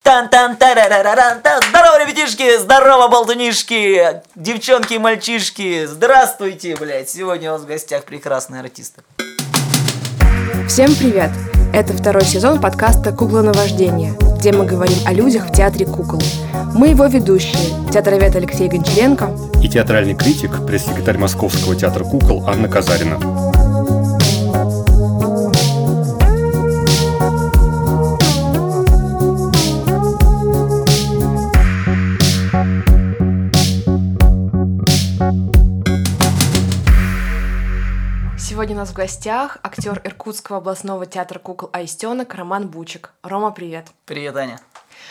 Тан-тан-тарарараран-тан. Здорово, ребятишки, здорово, болтунишки, девчонки и мальчишки. Здравствуйте, блядь. Сегодня у нас в гостях прекрасные артисты. Всем привет! Это второй сезон подкаста «Куклонавождение», где мы говорим о людях в театре кукол. Мы его ведущие, театровед Алексей Гончаренко и театральный критик, пресс-секретарь Московского театра кукол Анна Казарина. Сегодня у нас в гостях актер Иркутского областного театра кукол «Аистенок» Роман Бучик. Рома, привет. Привет, Аня.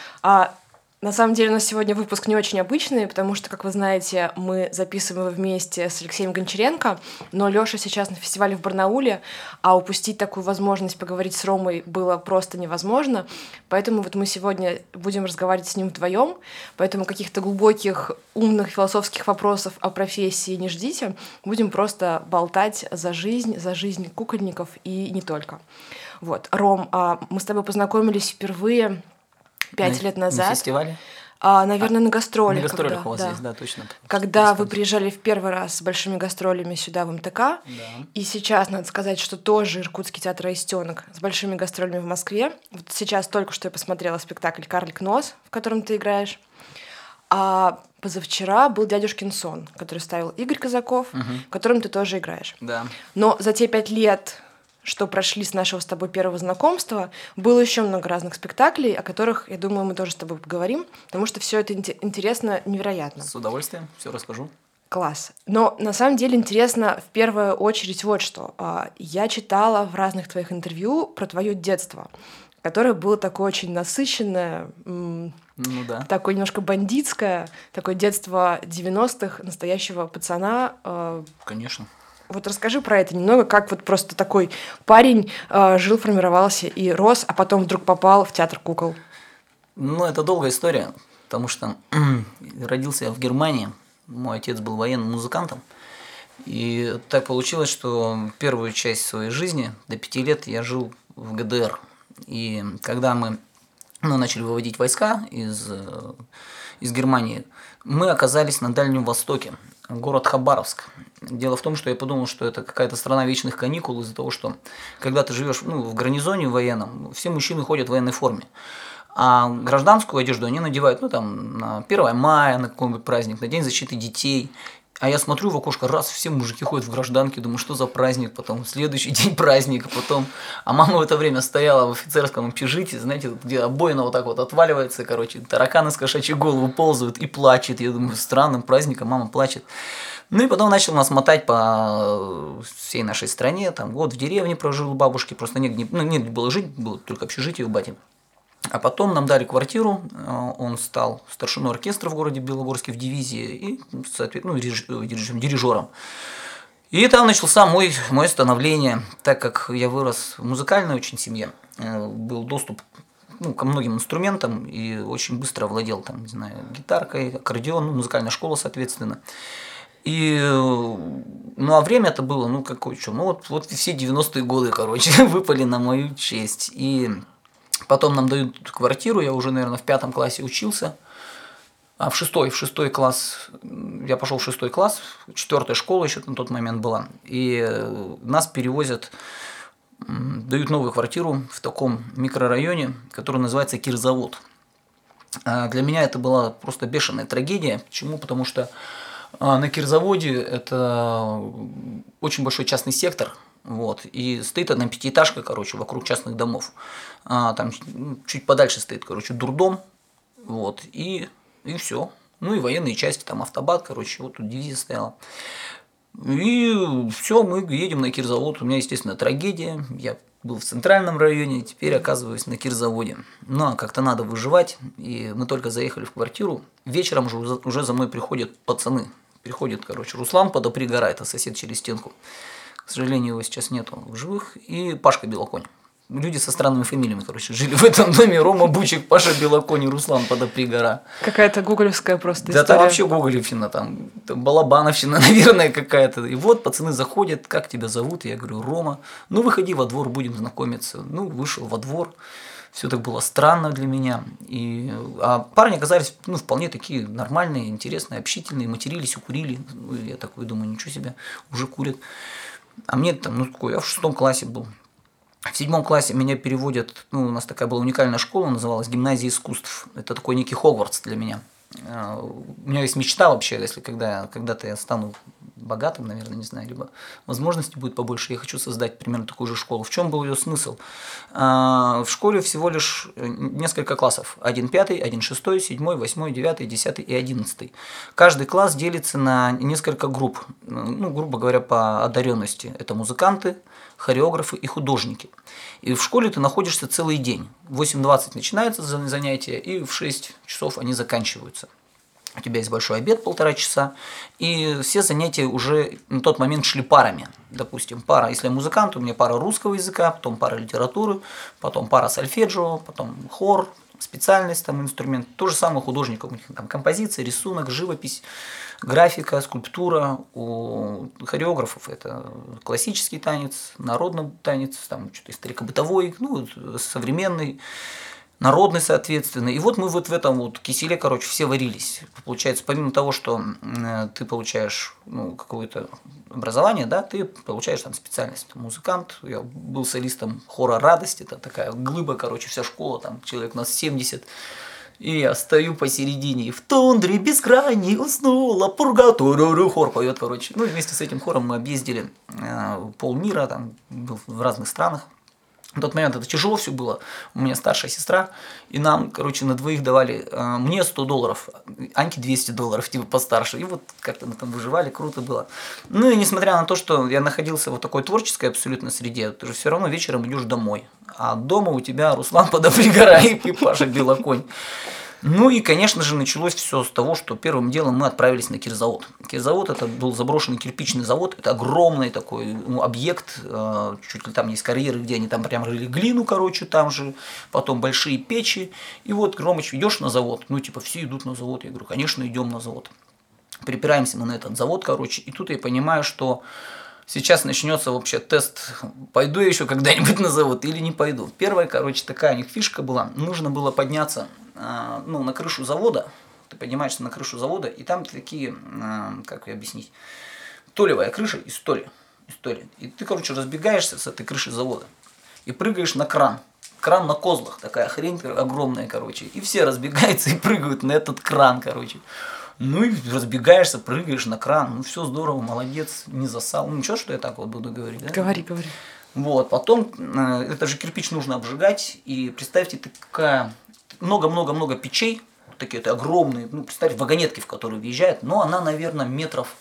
На самом деле у нас сегодня выпуск не очень обычный, потому что, как вы знаете, мы записываем его вместе с Алексеем Гончаренко, но Лёша сейчас на фестивале в Барнауле, а упустить такую возможность поговорить с Ромой было просто невозможно, поэтому вот мы сегодня будем разговаривать с ним вдвоем, поэтому каких-то глубоких, умных, философских вопросов о профессии не ждите, будем просто болтать за жизнь кукольников и не только. Вот, Ром, мы с тобой познакомились впервые 5 лет назад. На фестивале? Наверное, на гастролях. На гастролях у вас есть, да, точно. Когда вы приезжали в первый раз с большими гастролями сюда, в МТК, да. И сейчас, надо сказать, что тоже Иркутский театр «Аистенок» с большими гастролями в Москве. Вот сейчас только что я посмотрела спектакль «Карлик Нос», в котором ты играешь. А позавчера был «Дядюшкин сон», который ставил Игорь Казаков, в котором ты тоже играешь. Да. Но за те 5 лет, что прошли с нашего с тобой первого знакомства, было еще много разных спектаклей, о которых, я думаю, мы тоже с тобой поговорим, потому что все это интересно невероятно. С удовольствием, все расскажу. Класс. Но на самом деле интересно в первую очередь вот что. Я читала в разных твоих интервью про твое детство, которое было такое очень насыщенное, такое немножко бандитское, такое детство 90-х, настоящего пацана. Конечно. Вот расскажи про это немного, как вот просто такой парень жил, формировался и рос, а потом вдруг попал в театр кукол. Это долгая история, потому что родился я в Германии, мой отец был военным музыкантом, и так получилось, что первую часть своей жизни, до 5 лет, я жил в ГДР. И когда мы начали выводить войска из Германии, мы оказались на Дальнем Востоке, город Хабаровск. Дело в том, что я подумал, что это какая-то страна вечных каникул из-за того, что когда ты живешь в гарнизоне военном, все мужчины ходят в военной форме. А гражданскую одежду они надевают на 1 мая, на какой-нибудь праздник, на День защиты детей. А я смотрю в окошко, раз, все мужики ходят в гражданке, думаю, что за праздник, потом следующий день праздник, потом... А мама в это время стояла в офицерском общежитии, знаете, где обоина вот так вот отваливается, тараканы с кошачьей головы ползают и плачет. Я думаю, странным праздником мама плачет. И потом начал нас мотать по всей нашей стране, год в деревне прожил у бабушки, просто негде было жить, было только общежитие у бати. А потом нам дали квартиру, он стал старшиной оркестра в городе Белогорске в дивизии и, соответственно, дирижером. И там начался мое становление, так как я вырос в музыкальной очень семье, был доступ ко многим инструментам и очень быстро владел гитаркой, аккордеон, музыкальная школа, соответственно. А время это было, вот все 90-е годы, выпали на мою честь. И потом нам дают квартиру, я уже, наверное, в 5 классе учился, а в 6 класс, я пошел в 6 класс, 4 школа еще на тот момент была, и нас перевозят, дают новую квартиру в таком микрорайоне, который называется Кирзавод. Для меня это была просто бешеная трагедия. Почему? Потому что на Кирзаводе это очень большой частный сектор, и стоит одна пятиэтажка, вокруг частных домов. Там чуть подальше стоит, дурдом, и все. И военные части, там автобат, вот тут дивизия стояла. И все, мы едем на Кирзавод. У меня, естественно, трагедия. Я был в центральном районе, теперь оказываюсь на Кирзаводе. Как-то надо выживать. И мы только заехали в квартиру. Вечером уже за мной приходят пацаны. Приходит, Руслан «Подопри гора», это сосед через стенку. К сожалению, его сейчас нету в живых. И Пашка Белоконь. Люди со странными фамилиями, жили в этом доме. Рома Бучик, Паша Белоконь и Руслан «Подопри гора». Какая-то гоголевская просто история. Да, там вообще гоголевщина, там балабановщина, наверное, какая-то. И вот пацаны заходят, как тебя зовут? Я говорю, Рома. Выходи во двор, будем знакомиться. Вышел во двор. Все так было странно для меня. А парни оказались вполне такие нормальные, интересные, общительные, матерились и курили. Я такой думаю, ничего себе, уже курят. А мне там, я в 6 классе был. В 7 классе меня переводят, у нас такая была уникальная школа, называлась Гимназия искусств. Это такой некий Хогвартс для меня. У меня есть мечта вообще, если когда-то я стану богатым, наверное, не знаю, либо возможностей будет побольше, я хочу создать примерно такую же школу. В чем был ее смысл? В школе всего лишь несколько классов. 1 5, 1 6, 7, 8, 9, 10 и 11. Каждый класс делится на несколько групп, грубо говоря, по одаренности. Это музыканты, хореографы и художники. И в школе ты находишься целый день. В 8:20 начинаются занятия, и в 6 часов они заканчиваются. У тебя есть большой обед 1,5 часа, и все занятия уже на тот момент шли парами. Допустим, пара, если я музыкант, у меня пара русского языка, потом пара литературы, потом пара сольфеджио, потом хор, специальность, там, инструмент. То же самое у художников, у них там композиция, рисунок, живопись, графика, скульптура. У хореографов это классический танец, народный танец, там что-то историко-бытовой, современный, народный, соответственно. И вот мы вот в этом киселе, все варились. Получается, помимо того, что ты получаешь какое-то образование, да, ты получаешь там специальность. Музыкант, я был солистом хора «Радость», это такая глыба, вся школа, там человек у нас 70. И я стою посередине, и в тундре бескрайней уснула пургаторию. Хор поет, и вместе с этим хором мы объездили полмира, там, был в разных странах. В тот момент это тяжело все было. У меня старшая сестра, и нам, на двоих давали мне $100, Аньке $200, типа постарше. И вот как-то мы там выживали, круто было. И несмотря на то, что я находился в такой творческой абсолютно среде, ты же все равно вечером идешь домой. А дома у тебя Руслан Подопли гора и Паша Белоконь. И, конечно же, началось все с того, что первым делом мы отправились на кирзавод. Кирзавод – это был заброшенный кирпичный завод, это огромный такой объект, чуть ли там есть карьеры, где они там прям рыли глину, там же, потом большие печи. И вот, Громыч, идешь на завод, все идут на завод. Я говорю, конечно, идем на завод. Припираемся мы на этот завод, и тут я понимаю, что сейчас начнется вообще тест, пойду я еще когда-нибудь на завод или не пойду. Первая, такая у них фишка была, нужно было подняться на крышу завода, ты поднимаешься на крышу завода, и там такие, как ее объяснить, толевая крыша из столи. И ты, разбегаешься с этой крыши завода и прыгаешь на кран. Кран на козлах, такая хрень огромная, и все разбегаются и прыгают на этот кран, и разбегаешься, прыгаешь на кран, все здорово, молодец, не засал. Ничего, что я так буду говорить, да? Говори. Потом, это же кирпич нужно обжигать, и представьте, такая много-много-много печей, такие огромные, представьте, вагонетки, в которые въезжают, но она, наверное, метров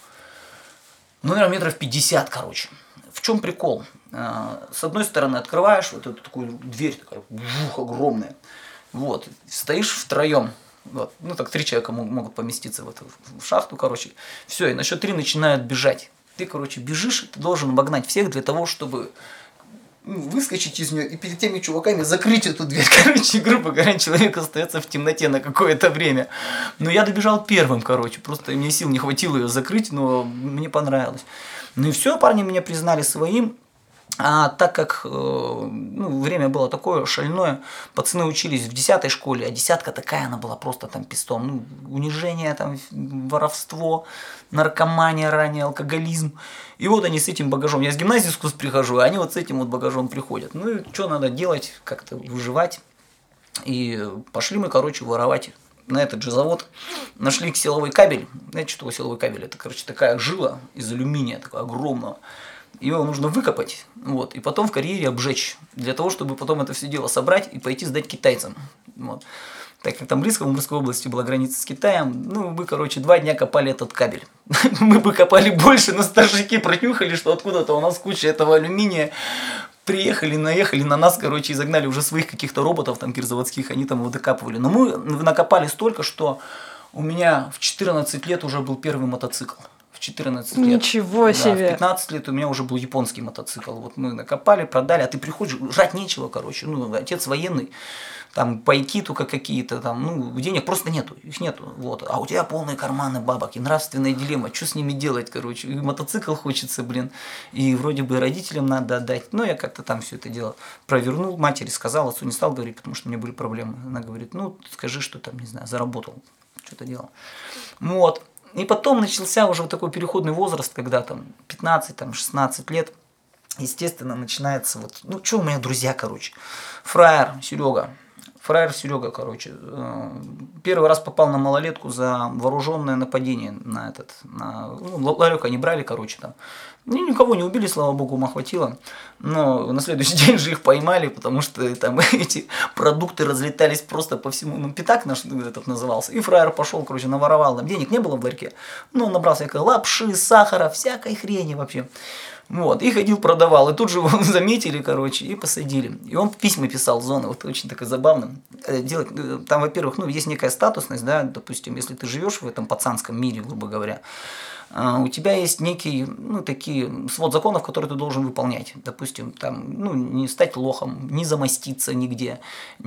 50, В чем прикол? С одной стороны открываешь вот эту такую дверь, такая огромная, стоишь втроем. Так 3 человека могут поместиться в эту шахту, все, и на счет 3 начинают бежать. Ты, бежишь, ты должен обогнать всех для того, чтобы выскочить из нее и перед теми чуваками закрыть эту дверь. Грубо говоря, человек остается в темноте на какое-то время. Но я добежал первым, просто мне сил не хватило ее закрыть, но мне понравилось. И все, парни меня признали своим. А так как время было такое шальное, пацаны учились в 10 школе, а 10 такая она была просто там пистон. Унижение, там, воровство, наркомания ранее, алкоголизм. И вот они с этим багажом. Я с гимназии искусств прихожу, а они с этим багажом приходят. И что надо делать, как-то выживать. И пошли мы, воровать на этот же завод. Нашли силовой кабель. Знаете, что такое силовой кабель? Это, такая жила из алюминия, такая огромная. Его нужно выкопать, и потом в карьере обжечь, для того, чтобы потом это все дело собрать и пойти сдать китайцам. Так как там близко в Мурской области была граница с Китаем, мы, 2 дня копали этот кабель. Мы бы копали больше, но старшики пронюхали, что откуда-то у нас куча этого алюминия. Приехали, наехали на нас, и загнали уже своих каких-то роботов там кирзаводских, они там его докапывали. Но мы накопали столько, что у меня в 14 лет уже был первый мотоцикл. в 14 лет. Ничего Да, себе. в 15 лет у меня уже был японский мотоцикл. Вот мы накопали, продали, а ты приходишь, жать нечего, короче. Ну, отец военный, там пайки только какие-то, там, ну, денег просто нету, их нету. Вот. А у тебя полные карманы бабок и нравственная дилемма, что с ними делать, короче. И мотоцикл хочется, блин, и вроде бы родителям надо отдать. Но я как-то там все это дело провернул, матери сказал, отцу не стал говорить, потому что у меня были проблемы. Она говорит, ну, скажи, что там, не знаю, заработал, что-то делал. Вот. И потом начался уже вот такой переходный возраст, когда там 15, там 16 лет, естественно, начинается вот, ну, что у меня друзья, короче, фраер Серега, короче, первый раз попал на малолетку за вооруженное нападение на ларек они брали, короче, там. Никого не убили, слава богу, ума хватило. Но на следующий день же их поймали, потому что там эти продукты разлетались просто по всему. Ну, пятак наш этот назывался. И фраер пошел, короче, наворовал. Там денег не было в ларьке. Но он набрал всякой лапши, сахара, всякой хрени вообще. Вот, и ходил, продавал. И тут же его заметили, короче, и посадили. И он письма писал в зоны, вот очень такое забавно. Там, во-первых, ну, есть некая статусность, да, допустим, если ты живешь в этом пацанском мире, грубо говоря, у тебя есть некий, ну, такие свод законов, которые ты должен выполнять. Допустим, там, ну, не стать лохом, не замоститься нигде,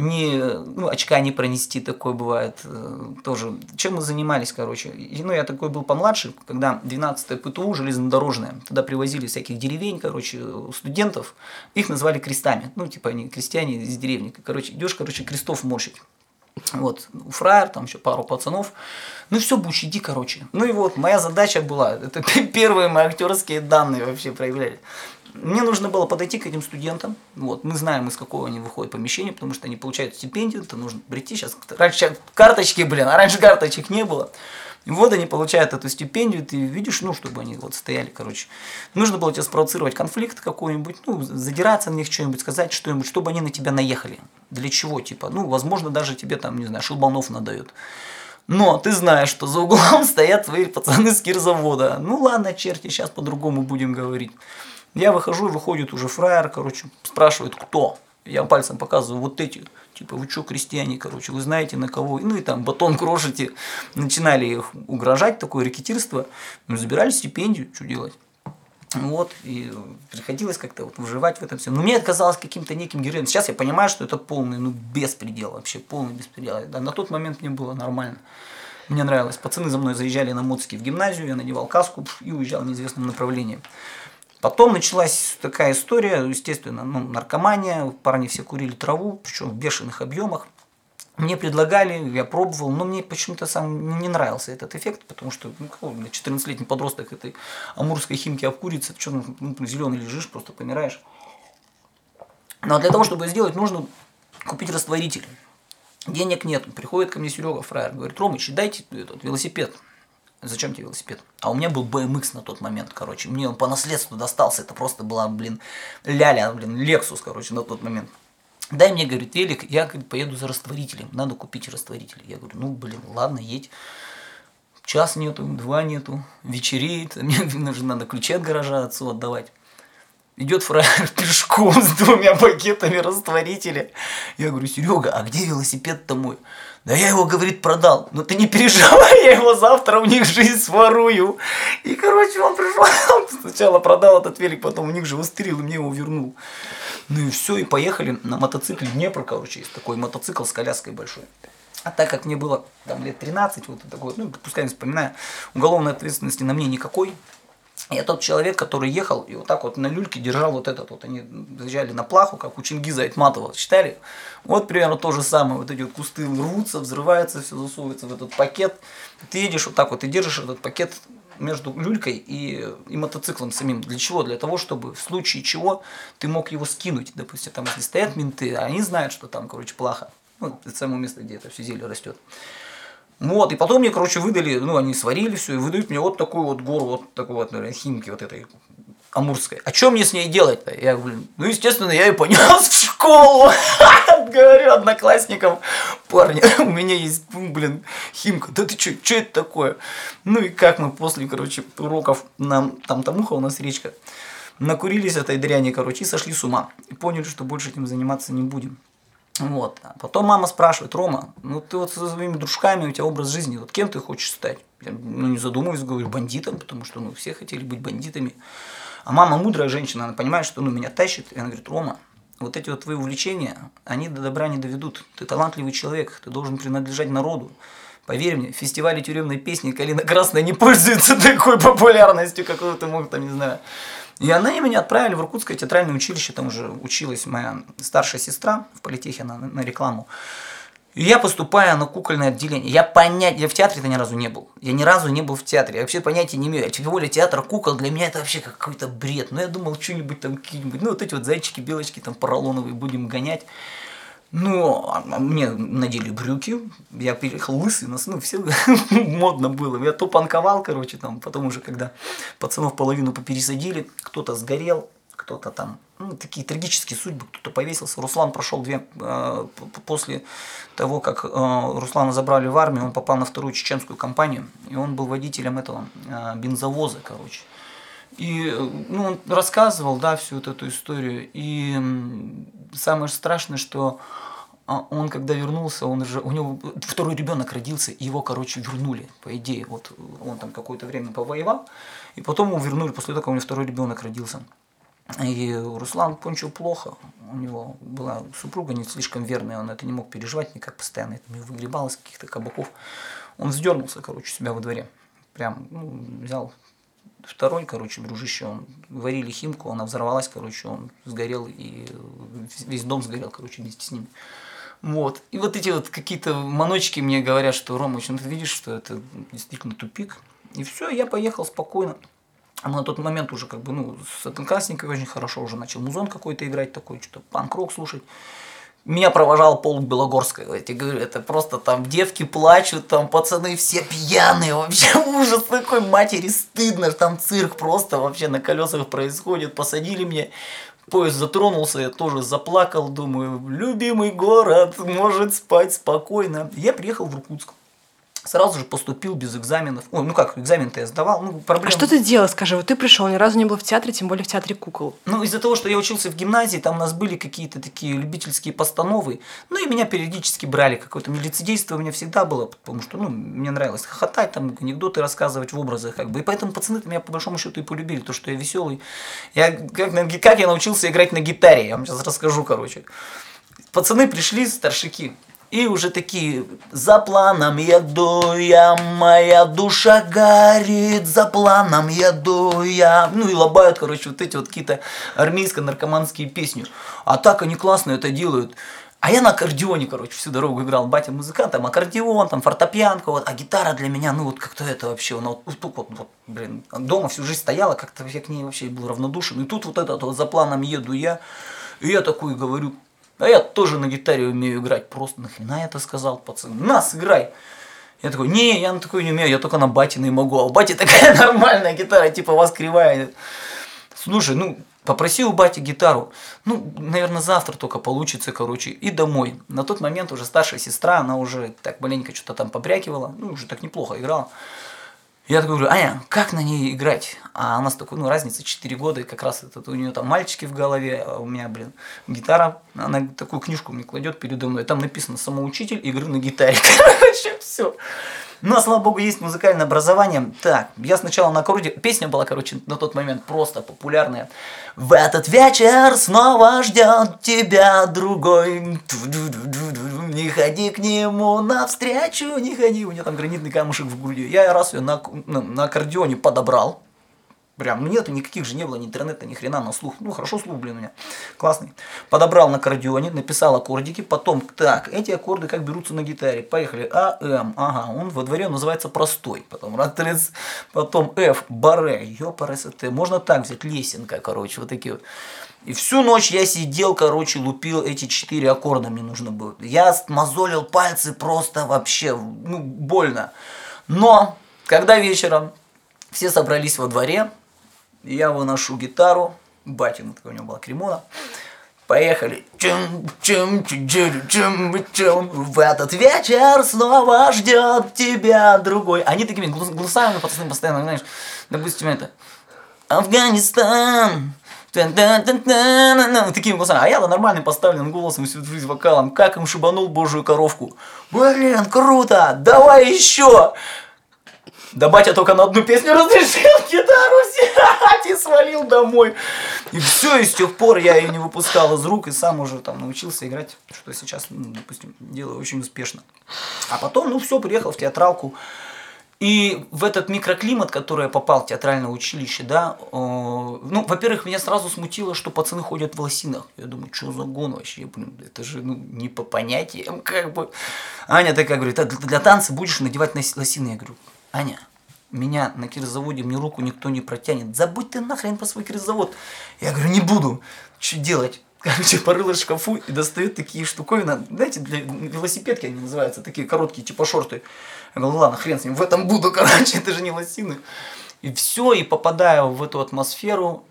очка не пронести, такое бывает тоже. Чем мы занимались, короче? Ну, я такой был помладше, когда 12-е ПТУ железнодорожное, туда привозили всяких деревень, короче, студентов, их называли крестами. Ну, типа они крестьяне из деревни. Короче, идешь, короче, крестов морщить. Вот, фраер, там еще пару пацанов. Ну все, Буч, иди, короче. Ну и вот, моя задача была, это первые мои актерские данные вообще проявляли. Мне нужно было подойти к этим студентам. Вот, мы знаем, из какого они выходят помещения, потому что они получают стипендию, это нужно прийти сейчас. Раньше карточки, а раньше карточек не было. И вот они получают эту стипендию, ты видишь, ну, чтобы они вот стояли, короче. Нужно было тебе спровоцировать конфликт какой-нибудь, ну, задираться на них что-нибудь, сказать что-нибудь, чтобы они на тебя наехали. Для чего, типа? Ну, возможно, даже тебе там, не знаю, шелбанов надают. Но ты знаешь, что за углом стоят твои пацаны с кирзавода. Ну, ладно, черти, сейчас по-другому будем говорить. Я выхожу, и выходит уже фраер, короче, спрашивает, кто? Я пальцем показываю, вот эти, типа, вы что, крестьяне, короче, вы знаете на кого? Ну и там батон крошите. Начинали их угрожать, такое рэкетирство. Ну, забирали стипендию, что делать? Вот, и приходилось как-то вот выживать в этом всем. Но мне это казалось каким-то неким героем. Сейчас я понимаю, что это полный, ну, беспредел, вообще полный беспредел. Да, на тот момент мне было нормально. Мне нравилось. Пацаны за мной заезжали на мотике в гимназию, я надевал каску и уезжал в неизвестном направлении. Потом началась такая история, естественно, ну, наркомания, парни все курили траву, причем в бешеных объемах. Мне предлагали, я пробовал, но мне почему-то сам не нравился этот эффект, потому что 14-летний подросток этой амурской химки обкурится, что, ну, зеленый лежишь, просто помираешь. Но для того, чтобы сделать, нужно купить растворитель. Денег нет. Приходит ко мне Серега, фраер, говорит, Ромыч, дайте этот велосипед. Зачем тебе велосипед? А у меня был BMX на тот момент, короче. Мне он по наследству достался. Это просто была, ляля, Lexus, короче, на тот момент. Дай мне, говорит, велик, я, говорит, поеду за растворителем. Надо купить растворитель. Я говорю, ну, ладно, едь. Час нету, 2 нету, вечереет. Мне же надо ключи от гаража отцу отдавать. Идет фраер пешком с 2 пакетами растворителя. Я говорю, Серега, а где велосипед-то мой? Да я его, говорит, продал. Ну ты не переживай, я его завтра у них жизнь сворую. И, короче, он пришел, сначала продал этот велик, потом у них же выстрелил и мне его вернул. Ну и все, и поехали на мотоцикле в Днепр, короче, есть такой мотоцикл с коляской большой. А так как мне было там лет 13, вот такой, ну, пускай не вспоминаю, уголовной ответственности на мне никакой. Я тот человек, который ехал и вот так вот на люльке держал вот этот вот, они заезжали на плаху, как у Чингиза Айтматова, читали? Вот примерно то же самое, вот эти вот кусты рвутся, взрываются, все засовывается в этот пакет. Ты едешь вот так вот и держишь этот пакет между люлькой и мотоциклом самим. Для чего? Для того, чтобы в случае чего ты мог его скинуть. Допустим, там если стоят менты, они знают, что там, короче, плаха. Ну, это само место, где это все зелье растет. Вот, и потом мне, короче, выдали, ну, они сварили все, и выдают мне вот такую вот гору, вот такой вот, наверное, химки вот этой амурской. А что мне с ней делать-то? Я говорю, ну, естественно, я ее понес в школу. Говорю одноклассникам, парни, у меня есть, химка. Да ты что это такое? Ну, и как мы после, короче, уроков, там Тамуха у нас речка, накурились этой дряни, короче, и сошли с ума. И поняли, что больше этим заниматься не будем. Вот. А потом мама спрашивает: Рома, ну ты вот со своими дружками, у тебя образ жизни, вот кем ты хочешь стать? Я, ну, не задумываюсь, говорю, бандитом, потому что, ну, все хотели быть бандитами. А мама мудрая женщина, она понимает, что, ну, меня тащит, и она говорит: Рома, вот эти вот твои увлечения, они до добра не доведут. Ты талантливый человек, ты должен принадлежать народу. Поверь мне, фестивали тюремной песни «Калина Красная» не пользуются такой популярностью, какую ты мог, там, не знаю. И она и меня отправили в Иркутское театральное училище, там уже училась моя старшая сестра в политехе на рекламу. И я поступаю на кукольное отделение. Я в театре-то ни разу не был. Я ни разу не был в театре. Я вообще понятия не имею. Тем более театр кукол для меня это вообще какой-то бред. Но я думал, что-нибудь там, какие-нибудь, ну вот эти вот зайчики, белочки там поролоновые будем гонять. Ну, мне надели брюки, я переехал лысый, ну, все модно было. Я то панковал, короче, там, потом уже, когда пацанов половину попересадили, кто-то сгорел, кто-то там, ну, такие трагические судьбы, кто-то повесился. Руслан прошел после того, как Руслана забрали в армию, он попал на вторую чеченскую кампанию, и он был водителем этого бензовоза, короче. И, ну, он рассказывал, да, всю вот эту историю. И самое страшное, что он, когда вернулся, у него второй ребенок родился, и его, короче, вернули, по идее. Вот он там какое-то время повоевал, и потом его вернули после того, как у него второй ребенок родился. И Руслан кончил плохо. У него была супруга не слишком верная, он это не мог переживать никак постоянно, это не выгребал из каких-то кабаков. Он вздернулся, короче, себя во дворе. Прям, ну, взял второй, короче, дружище, он варили химку, она взорвалась, короче, он сгорел, и весь дом сгорел, короче, вместе с ним. Вот. И вот эти вот какие-то маночки мне говорят, что, Рома, ты видишь, что это действительно тупик. И все, я поехал спокойно. А на тот момент уже, как бы, ну, с одноклассниками очень хорошо уже начал музон какой-то играть, такой, что-то панк-рок слушать. Меня провожал полк Белогорская, я тебе говорю, это просто там девки плачут, там пацаны все пьяные, вообще ужас такой, матери стыдно, там цирк просто вообще на колесах происходит, посадили меня, поезд затронулся, я тоже заплакал, думаю, любимый город может спать спокойно. Я приехал в Иркутск. Сразу же поступил без экзаменов. Ой, ну как, экзамен-то я сдавал. Ну, проблем... А что ты делал, скажи? Вот ты пришел, ни разу не был в театре, тем более в театре кукол. Ну, из-за того, что я учился в гимназии, там у нас были какие-то такие любительские постановы. Ну, и меня периодически брали. Какое-то лицедейство у меня всегда было, потому что, ну, мне нравилось хохотать, там, анекдоты рассказывать в образах, как бы. И поэтому пацаны-то меня, по большому счету, и полюбили. То, что я веселый. Как я научился играть на гитаре, я вам сейчас расскажу, короче. Пацаны пришли, старшики. И уже такие: за планом еду я, моя душа горит, за планом еду я. Ну и лобают, короче, вот эти вот какие-то армейско-наркоманские песни. А так они классно это делают. А я на аккордеоне, короче, всю дорогу играл. Батя музыкант, там аккордеон, там фортепианка, вот. А гитара для меня, ну вот как-то это вообще, ну вот, блин, дома всю жизнь стояла, как-то я к ней вообще был равнодушен. И тут вот этот вот за планом еду я. И я такой говорю: а я тоже на гитаре умею играть. Просто нахрена я это сказал, пацан? На, сыграй. Я такой: не, я на такой не умею, я только на батиной могу. А у бати такая нормальная гитара, типа у вас кривая. Слушай, ну, попроси у бати гитару. Ну, наверное, завтра только получится, короче, и домой. На тот момент уже старшая сестра, она уже так маленько что-то там побрякивала, ну, уже так неплохо играла. Я такой говорю: Аня, как на ней играть? А у нас такой, ну, разница 4 года, и как раз это у нее там мальчики в голове, а у меня, блин, гитара. Она такую книжку мне кладет передо мной, там написано: самоучитель игры на гитаре. Короче, все. Ну, а слава богу, есть музыкальное образование. Так, я сначала на аккорде, песня была, короче, на тот момент просто популярная. В этот вечер снова ждет тебя другой. Не ходи к нему навстречу, не ходи. У нее там гранитный камушек в груди. Я раз ее на аккордеоне подобрал. Прям, ну нету, никаких же не было, ни интернета, ни хрена, на слух. Ну, хорошо слух, блин, у меня классный. Подобрал на аккордеоне, написал аккордики, потом, так, эти аккорды как берутся на гитаре. Поехали. А, М, ага, он во дворе называется простой. Потом ратрец, потом F, баре, ёпарасоте. Можно так взять, лесенка, короче, вот такие вот. И всю ночь я сидел, короче, лупил эти 4 аккорда, мне нужно было. Я мозолил пальцы просто вообще, ну, больно. Но, когда вечером все собрались во дворе, я выношу гитару, батину, такая у него была кремона, поехали. В этот вечер снова ждет тебя другой. Они такими глухими пацаны постоянно, знаешь, допустим, это: Афганистан, Таким голосом. А я нормальным поставленным голосом, всю жизнь вокалом, как им шибанул божью коровку. Блин, круто, давай еще. Да батя только на одну песню разрешил гитару взять и свалил домой. И все, и с тех пор я ее не выпускал из рук и сам уже там научился играть, что сейчас, допустим, делаю очень успешно. А потом, все, приехал в театралку. И в этот микроклимат, в который я попал, в театральное училище, да, во-первых, меня сразу смутило, что пацаны ходят в лосинах. Я думаю, что за гон вообще, блин, это же не по понятиям, как бы. Аня такая говорит, для танца будешь надевать лосины. Я говорю, Аня, меня на кирзаводе, мне руку никто не протянет. Забудь ты нахрен про свой кирзавод. Я говорю, не буду. Что делать? Короче, порыла в шкафу и достает такие штуковины. Знаете, для велосипедки они называются, такие короткие, типа шорты. Я говорю, ладно, хрен с ним, в этом буду, короче, это же не лосины. И все, и попадаю в эту атмосферу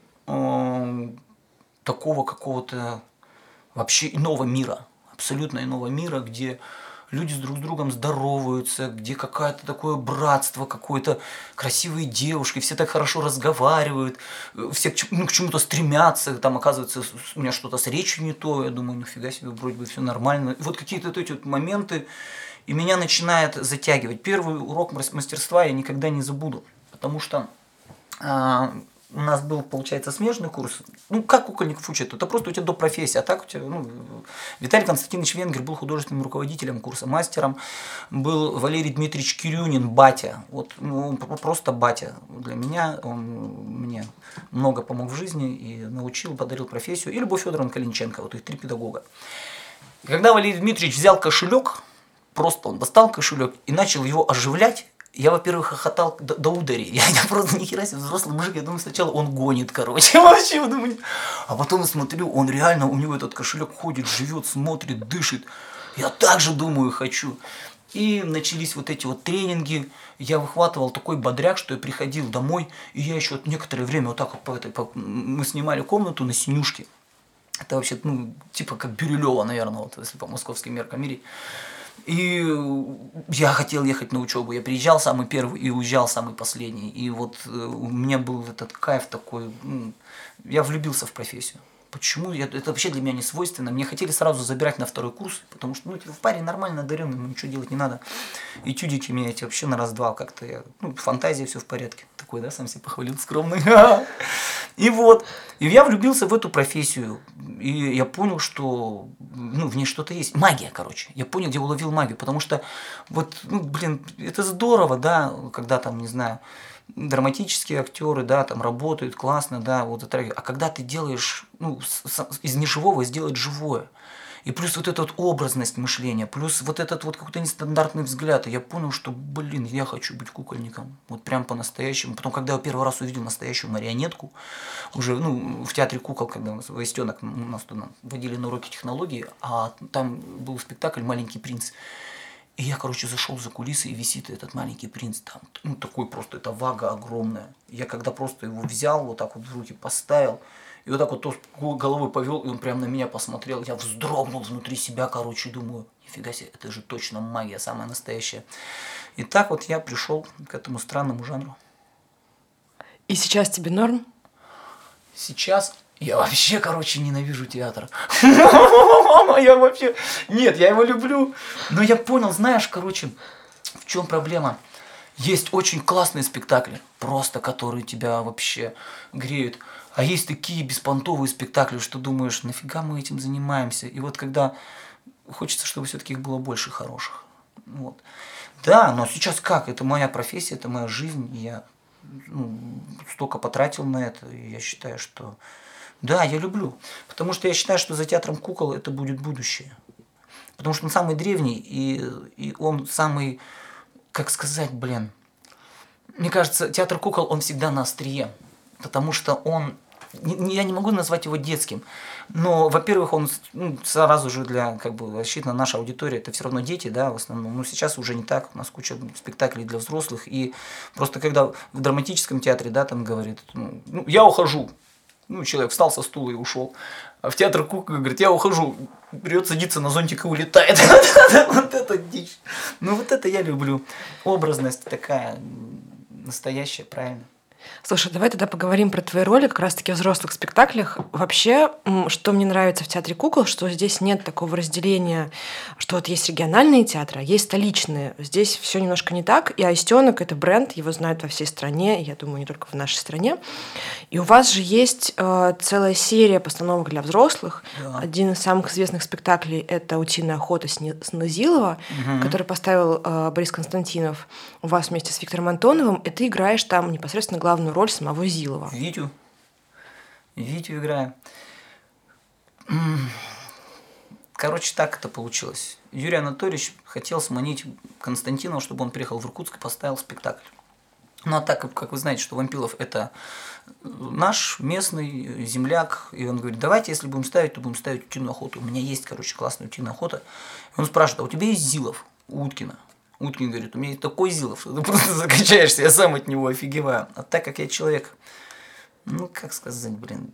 такого какого-то вообще иного мира. Абсолютно иного мира, где люди друг с другом здороваются, где какое-то такое братство, какое-то красивые девушки, все так хорошо разговаривают, все к чему-то стремятся, там оказывается у меня что-то с речью не то, я думаю, нифига себе, вроде бы все нормально. И вот какие-то эти вот моменты, и меня начинает затягивать. Первый урок мастерства я никогда не забуду, потому что у нас был, получается, смежный курс. Как кукольников учат? Это просто у тебя до профессии. А так у тебя, Виталий Константинович Венгер был художественным руководителем курса, мастером. Был Валерий Дмитриевич Кирюнин, батя. Он просто батя для меня. Он мне много помог в жизни и научил, подарил профессию. И Любовь Федоровна Калинченко, вот их 3 педагога. И когда Валерий Дмитриевич взял кошелек, просто он достал кошелек и начал его оживлять, я, во-первых, хохотал до удари. Я просто нихера себе взрослый мужик. Я думаю, сначала он гонит, короче, вообще. Думаю. А потом я смотрю, он реально, у него этот кошелек ходит, живет, смотрит, дышит. Я так же думаю, хочу. И начались вот эти вот тренинги. Я выхватывал такой бодряк, что я приходил домой. И я еще некоторое время вот так вот мы снимали комнату на Синюшке. Это вообще, типа как Бирюлево, наверное, вот если по московским меркам мерить. И я хотел ехать на учебу. Я приезжал самый первый и уезжал самый последний. И вот у меня был этот кайф такой. Я влюбился в профессию. Почему? Это вообще для меня не свойственно. Мне хотели сразу забирать на 2-й курс, потому что в паре нормально одаренный, ему ничего делать не надо. Этюдики меня эти вообще на раз-два как-то. Фантазия, все в порядке. Такой, да, сам себя похвалил, скромный. И вот. И я влюбился в эту профессию. И я понял, что в ней что-то есть. Магия, короче. Я понял, где уловил магию. Потому что, это здорово, да, когда там, не знаю, драматические актеры, да, там работают классно, да, вот это. А когда ты делаешь, из неживого сделать живое. И плюс вот эта вот образность мышления, плюс вот этот вот какой-то нестандартный взгляд. И я понял, что, я хочу быть кукольником. Вот прям по-настоящему. Потом, когда я первый раз увидел настоящую марионетку, уже, в театре кукол, когда Востенок, нас туда водили на уроки технологии, а там был спектакль «Маленький принц». И я, зашел за кулисы, и висит этот маленький принц там. Такой просто, это вага огромная. Я когда просто его взял, вот так вот в руки поставил, и вот так вот головой повел, и он прям на меня посмотрел. Я вздрогнул внутри себя, думаю, нифига себе, это же точно магия, самая настоящая. И так вот я пришел к этому странному жанру. И сейчас тебе норм? Сейчас я вообще, ненавижу театр. Мама, я вообще... Нет, я его люблю. Но я понял, знаешь, в чем проблема? Есть очень классные спектакли, просто которые тебя вообще греют. А есть такие беспонтовые спектакли, что думаешь, нафига мы этим занимаемся? И вот когда хочется, чтобы все-таки их было больше хороших. Вот. Да, но сейчас как? Это моя профессия, это моя жизнь. Я столько потратил на это. И я считаю, что... Да, я люблю. Потому что я считаю, что за театром кукол это будет будущее. Потому что он самый древний, и он самый, Мне кажется, театр кукол, он всегда на острие. Потому что он... Я не могу назвать его детским. Но, во-первых, он сразу же для, рассчитана наша аудитория, это все равно дети, да, в основном. Но сейчас уже не так, у нас куча спектаклей для взрослых. И просто когда в драматическом театре, да, там говорит, я ухожу. Человек встал со стула и ушел. А в театр кукол говорит, я ухожу. Берет, садится на зонтик и улетает. Вот это дичь. Вот это я люблю. Образность такая настоящая, правильно. Слушай, давай тогда поговорим про твои роли как раз-таки в взрослых спектаклях. Вообще, что мне нравится в театре кукол, что здесь нет такого разделения, что вот есть региональные театры, а есть столичные. Здесь все немножко не так. И Аистенок — это бренд, его знают во всей стране, я думаю, не только в нашей стране. И у вас же есть целая серия постановок для взрослых. Да. Один из самых известных спектаклей — это «Утиная охота» с Нозилова, который поставил Борис Константинов у вас вместе с Виктором Антоновым, и ты играешь там непосредственно главную роль самого Зилова. Витю играю. Короче, так это получилось. Юрий Анатольевич хотел сманить Константинова, чтобы он приехал в Иркутск и поставил спектакль. Ну, а так как вы знаете, что Вампилов – это наш местный земляк, и он говорит, давайте, если будем ставить, то будем ставить «Утиную охоту». У меня есть, классная «Утиная охота». И он спрашивает, а у тебя есть Зилов у Уткина? Уткин говорит, у меня есть такой Зилов, что ты просто закачаешься, я сам от него офигеваю. А так как я человек, как сказать,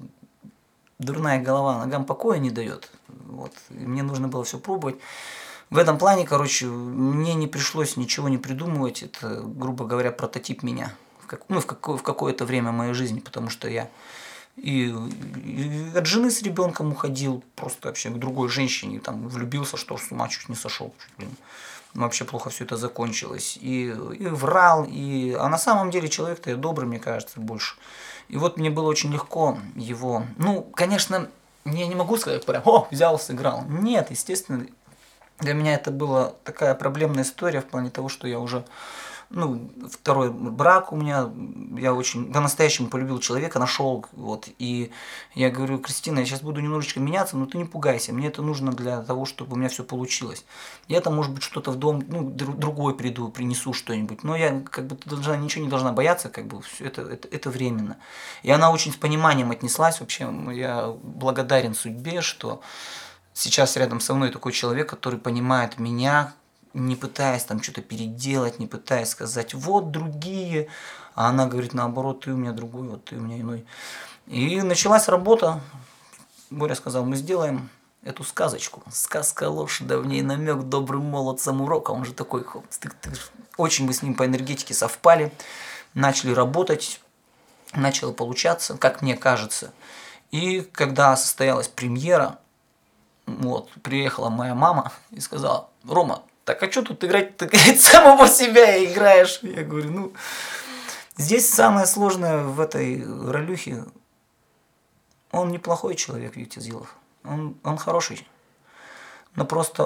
дурная голова ногам покоя не дает. Вот. И мне нужно было все пробовать. В этом плане, мне не пришлось ничего не придумывать. Это, грубо говоря, прототип меня в какое-то время моей жизни, потому что я и от жены с ребенком уходил, просто вообще к другой женщине, там влюбился, что с ума чуть не сошел. Вообще плохо все это закончилось. И врал, а на самом деле человек-то я добрый, мне кажется, больше. И вот мне было очень легко его... конечно, я не могу сказать прям, взял, сыграл. Нет, естественно, для меня это была такая проблемная история в плане того, что я уже... второй брак у меня, я очень по-настоящему полюбил человека, нашел, и я говорю, Кристина, я сейчас буду немножечко меняться, но ты не пугайся, мне это нужно для того, чтобы у меня все получилось. Я там, может быть, что-то в дом, другой принесу что-нибудь, но я ничего не должна бояться, все это временно. И она очень с пониманием отнеслась, вообще, я благодарен судьбе, что сейчас рядом со мной такой человек, который понимает меня, не пытаясь там что-то переделать, не пытаясь сказать, вот другие, а она говорит, наоборот, ты у меня другой, вот ты у меня иной. И началась работа. Боря сказал, мы сделаем эту сказочку. Сказка ложь, да в ней намек, добрый молодцам урок. А он же такой, очень мы с ним по энергетике совпали, начали работать, начало получаться, как мне кажется. И когда состоялась премьера, приехала моя мама и сказала, Рома, так а что тут играть? Ты самого себя играешь. Я говорю, здесь самое сложное в этой ролюхе. Он неплохой человек, Витя Зилов. Он хороший. Но просто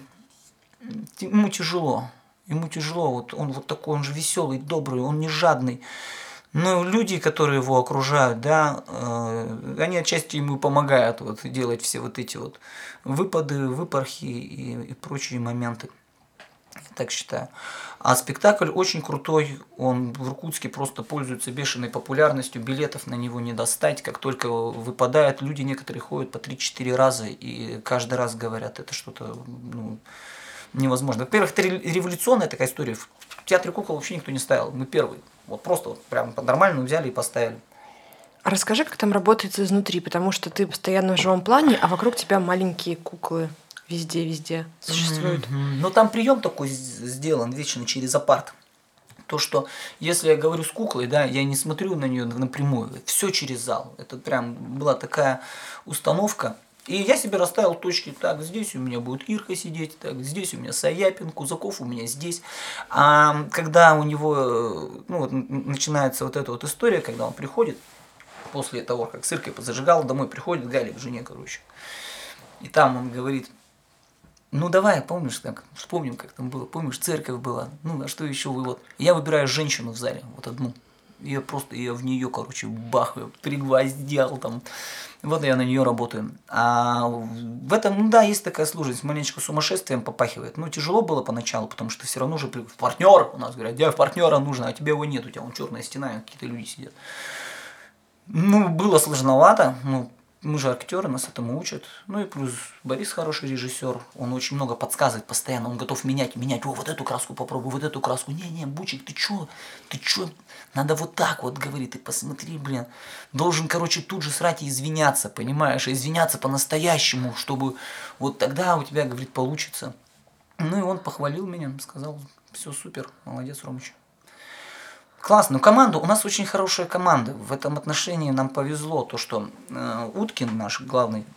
ему тяжело. Ему тяжело. Он такой, он же веселый, добрый, он не жадный. Но люди, которые его окружают, они отчасти ему помогают делать все эти выпады, выпархи и прочие моменты. Так считаю. А спектакль очень крутой, он в Иркутске просто пользуется бешеной популярностью, билетов на него не достать, как только выпадает, люди некоторые ходят по 3-4 раза и каждый раз говорят, это что-то невозможно. Во-первых, это революционная такая история, в театре кукол вообще никто не ставил, мы первые, просто прям по-нормальному взяли и поставили. Расскажи, как там работает изнутри, потому что ты постоянно в живом плане, а вокруг тебя маленькие куклы. Везде существует. Там прием такой сделан вечно через апарт. То, что если я говорю с куклой, я не смотрю на нее напрямую, все через зал. Это прям была такая установка. И я себе расставил точки, так, здесь у меня будет Ирка сидеть, так, здесь у меня Саяпин, Кузаков у меня здесь. А когда у него начинается эта история, когда он приходит, после того, как с Иркой позажигал, домой приходит Галя к жене, И там он говорит, давай, помнишь, вспомним, как там было, помнишь, церковь была, а что еще вы Я выбираю женщину в зале, одну. Я в нее, бахаю, пригвоздял там. Я на нее работаю. А в этом, есть такая сложность, маленечко сумасшествием попахивает. Тяжело было поначалу, потому что все равно же партнер, у нас говорят, партнера нужно, а тебе его нет, у тебя черная стена, какие-то люди сидят. Было сложновато, мы же актеры, нас этому учат. И плюс Борис хороший режиссер, он очень много подсказывает постоянно, он готов менять. Вот эту краску попробуй, вот эту краску. Не, Бучик, ты чё? Надо так говорит, ты посмотри, Должен, тут же срать и извиняться, понимаешь? Извиняться по-настоящему, чтобы тогда у тебя, говорит, получится. И он похвалил меня, сказал, все супер, молодец, Ромыч. Классно. Ну, команда, у нас очень хорошая команда. В этом отношении нам повезло, то, что Уткин, наш главный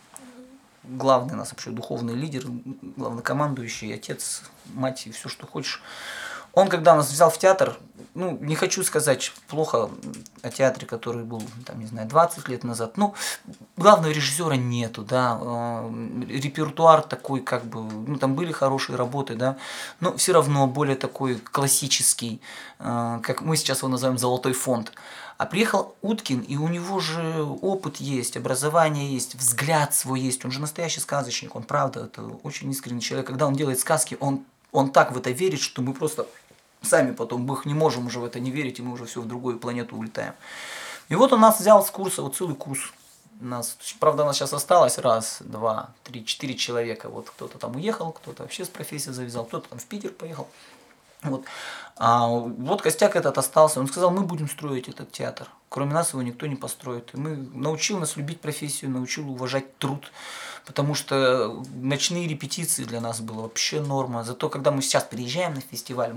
у нас вообще духовный лидер, главнокомандующий, отец, мать и все, что хочешь. Он, когда нас взял в театр, ну, не хочу сказать плохо о театре, который был, там, не знаю, 20 лет назад, ну, главного режиссера нету, да, репертуар такой, как бы, ну, там были хорошие работы, да, но все равно более такой классический, как мы сейчас его называем «Золотой фонд». А приехал Уткин, и у него же опыт есть, образование есть, взгляд свой есть, он же настоящий сказочник, он правда, это очень искренний человек, когда он делает сказки, он так в это верит, что мы просто сами потом не можем уже в это не верить, и мы уже все в другую планету улетаем. И вот он нас взял с курса, вот целый курс. Правда, у нас сейчас осталось 1, 2, 3, 4 человека. Вот кто-то там уехал, кто-то вообще с профессии завязал, кто-то там в Питер поехал. Вот. Вот костяк этот остался. Он сказал, мы будем строить этот театр. Кроме нас его никто не построит. И научил нас любить профессию, научил уважать труд. Потому что ночные репетиции для нас было вообще норма. Зато когда мы сейчас приезжаем на фестиваль,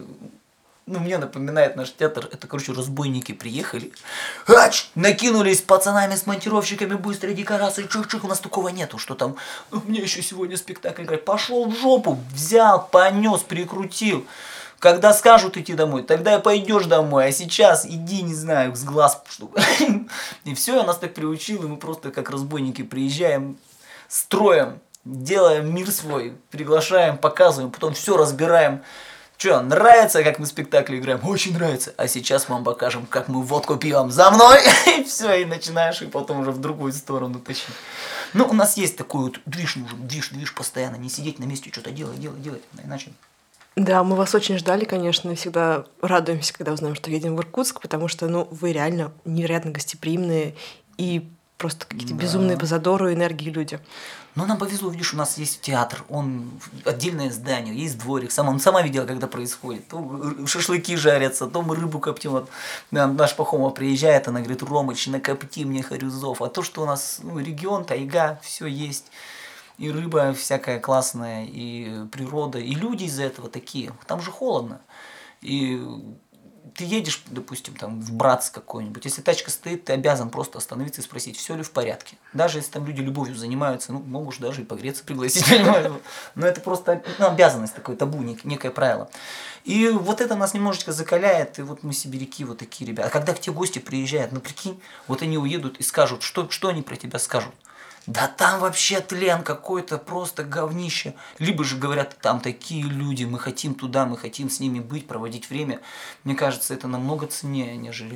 мне напоминает наш театр, это, короче, разбойники приехали, накинулись пацанами с монтировщиками, быстро декорации, чих-чих, у нас такого нету, что там, мне еще сегодня спектакль играть, пошел в жопу, взял, понес, прикрутил. Когда скажут идти домой, тогда и пойдешь домой, а сейчас иди, не знаю, с глаз, чтобы... И все, я нас так приучил, и мы просто как разбойники приезжаем, строим, делаем мир свой, приглашаем, показываем, потом все разбираем. Что, нравится, как мы спектакли играем? Очень нравится. А сейчас мы вам покажем, как мы водку пьем. За мной! И все, и начинаешь, и потом уже в другую сторону тащить. Ну, у нас есть такой вот движ нужен, движ постоянно, не сидеть на месте, что-то делать, иначе... Да, мы вас очень ждали, конечно, и всегда радуемся, когда узнаем, что едем в Иркутск, потому что, вы реально невероятно гостеприимные и просто какие-то безумные по задору и энергии люди. Но нам повезло, видишь, у нас есть театр, он отдельное здание, есть дворик, сама видела, когда происходит. То шашлыки жарятся, то мы рыбу коптим. Вот наш Пахомов приезжает, она говорит, Ромыч, накопти мне харюзов. А то, что у нас регион, тайга, все есть. И рыба всякая классная, и природа, и люди из-за этого такие. Там же холодно. И ты едешь, допустим, там в Братск какой-нибудь, если тачка стоит, ты обязан просто остановиться и спросить, все ли в порядке. Даже если там люди любовью занимаются, могут даже и погреться пригласить. Но это просто обязанность, такое табу, некое правило. И вот это нас немножечко закаляет, и вот мы сибиряки, вот такие ребята. А когда к тебе гости приезжают, прикинь, вот они уедут и скажут, что они про тебя скажут. Да там вообще тлен какой-то, просто говнище. Либо же говорят, там такие люди, мы хотим туда, мы хотим с ними быть, проводить время. Мне кажется, это намного ценнее, нежели...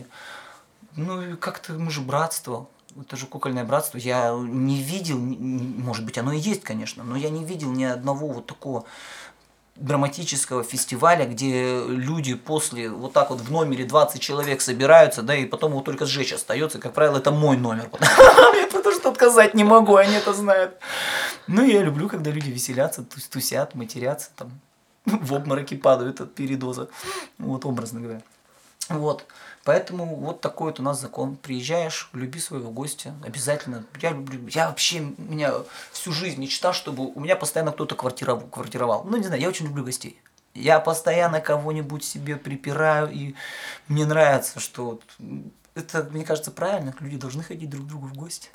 и как-то мы же братство, это же кукольное братство. Я не видел, может быть, оно и есть, конечно, но я не видел ни одного вот такого драматического фестиваля, где люди после вот так вот в номере 20 человек собираются, да, и потом его только сжечь остается. Как правило, это мой номер. Потому что отказать не могу, они это знают. Я люблю, когда люди веселятся, тусят, матерятся, там, в обмороки падают от передоза. Вот, образно говоря. Вот. Поэтому вот такой вот у нас закон. Приезжаешь, люби своего гостя. Обязательно. Я вообще, меня всю жизнь мечтал, чтобы у меня постоянно кто-то квартировал. Не знаю, я очень люблю гостей. Я постоянно кого-нибудь себе припираю, и мне нравится, что это, мне кажется, правильно. Люди должны ходить друг к другу в гости.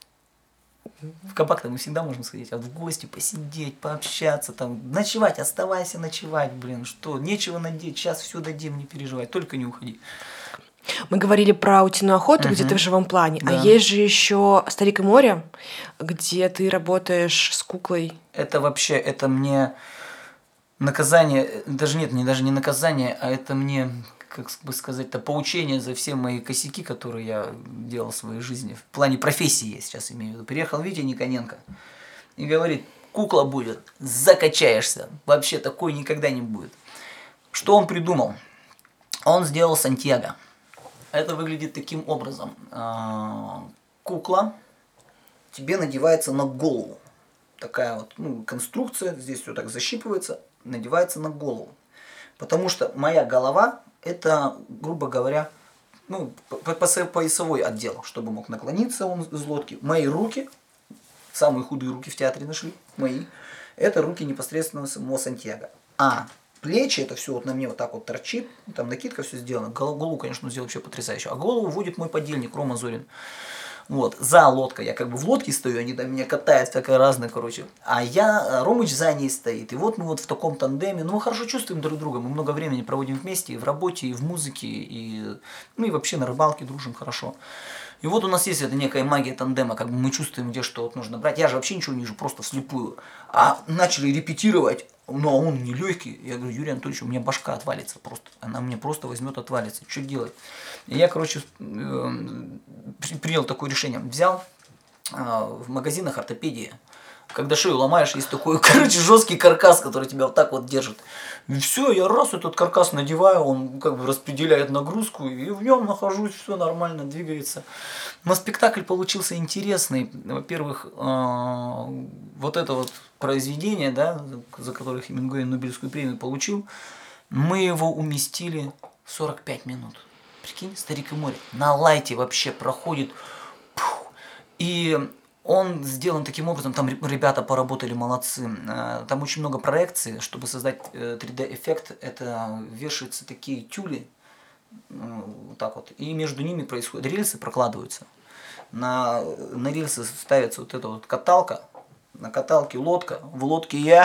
В кабак-то мы всегда можем сходить, а в гости посидеть, пообщаться, там, ночевать, оставайся ночевать, что, нечего надеть, сейчас все дадим, не переживай, только не уходи. Мы говорили про утиную охоту, где ты в живом плане, да. А есть же еще «Старик и море», где ты работаешь с куклой. Это вообще, это мне наказание, даже не наказание, а это мне, как бы сказать-то, поучение за все мои косяки, которые я делал в своей жизни. В плане профессии я сейчас имею в виду. Приехал Витя Никоненко и говорит, кукла будет, закачаешься. Вообще такой никогда не будет. Что он придумал? Он сделал Сантьяго. Это выглядит таким образом. Кукла тебе надевается на голову. Такая вот конструкция, здесь все так защипывается, надевается на голову. Потому что моя голова, это, грубо говоря, поясовой отдел, чтобы мог наклониться он из лодки. Мои руки, самые худые руки в театре нашли, мои, это руки непосредственно самого Сантьяго. А плечи, это все вот на мне вот так вот торчит, там накидка все сделана, голову, конечно, он сделал вообще потрясающе, а голову водит мой подельник Рома Зорин. Вот, за лодкой, я как бы в лодке стою, они там меня катают, всякое разное, короче. А Ромыч за ней стоит. И вот мы вот в таком тандеме, ну мы хорошо чувствуем друг друга, мы много времени проводим вместе и в работе, и в музыке, и, ну и вообще на рыбалке дружим хорошо. И вот у нас есть эта некая магия тандема, как бы мы чувствуем, где что вот нужно брать. Я же вообще ничего не вижу, просто вслепую. А начали репетировать, ну а он не легкий. Я говорю, Юрий Анатольевич, у меня башка отвалится просто. Она мне просто возьмет, отвалится. Что делать? И я, короче, принял такое решение. Взял в магазинах ортопедии. Когда шею ломаешь, есть такой, короче, жесткий каркас, который тебя вот так вот держит. И все, я раз этот каркас надеваю, он как бы распределяет нагрузку, и в нем нахожусь, все нормально, двигается. Но спектакль получился интересный. Во-первых, вот это вот произведение, да, за которое Хемингуэй Нобелевскую премию получил, мы его уместили в 45 минут. Прикинь, «Старик и море» на лайте вообще проходит. И он сделан таким образом, там ребята поработали, молодцы. Там очень много проекций, чтобы создать 3D-эффект. Это вешаются такие тюли, вот так вот, и между ними происходят рельсы, прокладываются. На рельсы ставится вот эта вот каталка, на каталке лодка, в лодке я.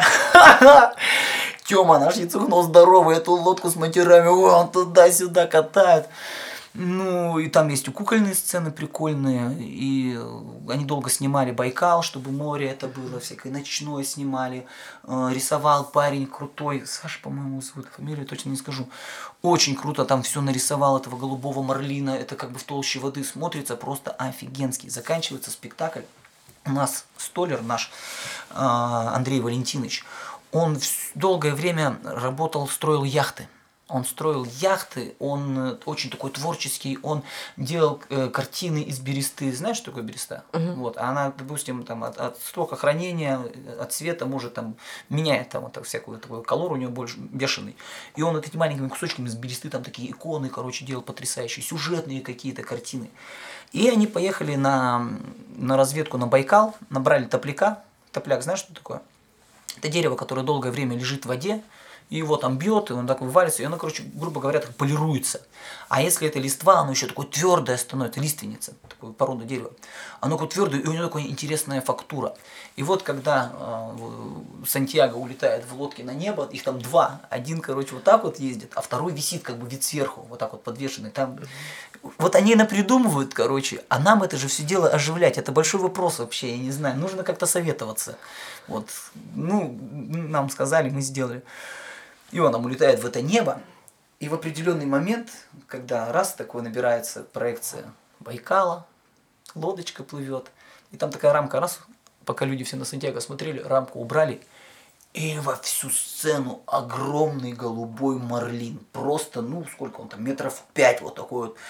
Тёма наш Яцухно здоровый, эту лодку с матерами, он туда-сюда катает. Ну, и там есть и кукольные сцены прикольные, и они долго снимали Байкал, чтобы море это было, всякое ночное снимали. Рисовал парень крутой, Саша, по-моему, зовут, фамилию точно не скажу. Очень круто там все нарисовал, этого голубого марлина, это как бы в толще воды смотрится просто офигенски. Заканчивается спектакль. У нас столер наш, Андрей Валентинович, он долгое время работал, строил яхты. Он строил яхты, он очень такой творческий, он делал картины из бересты. Знаешь, что такое береста? Вот, она, допустим, там, от срока хранения, от цвета может там меняет там, вот, так, всякую такой колор у него больше бешеный. И он вот этими маленькими кусочками из бересты там такие иконы, короче, делал потрясающие, сюжетные какие-то картины. И они поехали на разведку на Байкал, набрали топляка. Топляк, знаешь, что такое? Это дерево, которое долгое время лежит в воде, и его там бьет, и он так вывалится, и оно, короче, грубо говоря, так полируется. А если это листва, оно еще такое твердое становится, лиственница, такой порода дерева. Оно такое твердое, и у него такая интересная фактура. И вот когда Сантьяго улетает в лодке на небо, их там два. Один, короче, вот так вот ездит, а второй висит как бы вид сверху, вот так вот подвешенный. Там... Вот они напридумывают, короче, а нам это же все дело оживлять. Это большой вопрос вообще, я не знаю. Нужно как-то советоваться. Вот, ну, нам сказали, мы сделали. И он там улетает в это небо, и в определенный момент, когда раз такое набирается проекция Байкала, лодочка плывет, и там такая рамка, раз, пока люди все на Сантьяго смотрели, рамку убрали, и во всю сцену огромный голубой марлин, просто, ну, сколько он там, 5 метров вот такой вот.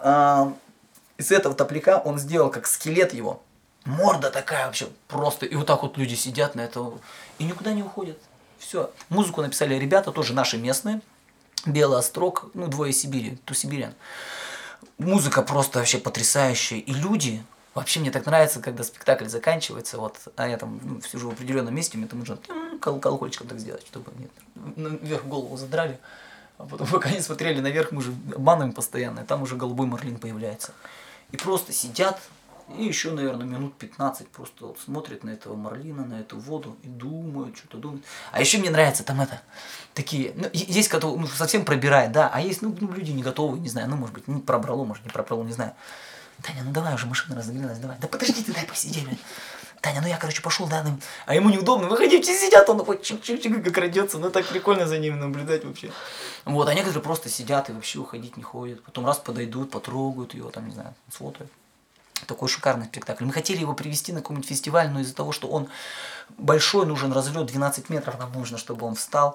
Из этого топляка он сделал как скелет его, морда такая вообще просто, и вот так вот люди сидят на это, и никуда не уходят. Все. Музыку написали ребята, тоже наши местные. Белый Острог, ну, двое Сибири, Ту-Сибирян. Музыка просто вообще потрясающая. И люди, вообще мне так нравится, когда спектакль заканчивается, вот, а я там сижу в определенном месте, мне там нужно колокольчиком так сделать, чтобы нет, наверх голову задрали. А потом, пока они смотрели наверх, мы же обманываем постоянно, и там уже голубой марлин появляется. И просто сидят, и еще, наверное, минут 15 просто вот смотрят на этого марлина, на эту воду и думают, что-то думают. А еще мне нравится там это, такие, ну, есть, кто совсем пробирает, да, а есть, ну, люди не готовы, не знаю, ну, может быть, пробрало, может, не пробрало, не знаю. Таня, ну давай уже, машина разогрелась, давай. Да подожди ты, дай посидеть. Таня, ну я, короче, пошел, да, а ему неудобно, выходите, сидят, он такой чик-чик-чик, как радется, ну так прикольно за ним наблюдать вообще. Вот, а некоторые просто сидят и вообще уходить не ходят, потом раз подойдут, потрогают его, там, не знаю, сфотают. Такой шикарный спектакль. Мы хотели его привезти на какой-нибудь фестиваль, но из-за того, что он большой, нужен разлет 12 метров, нам нужно, чтобы он встал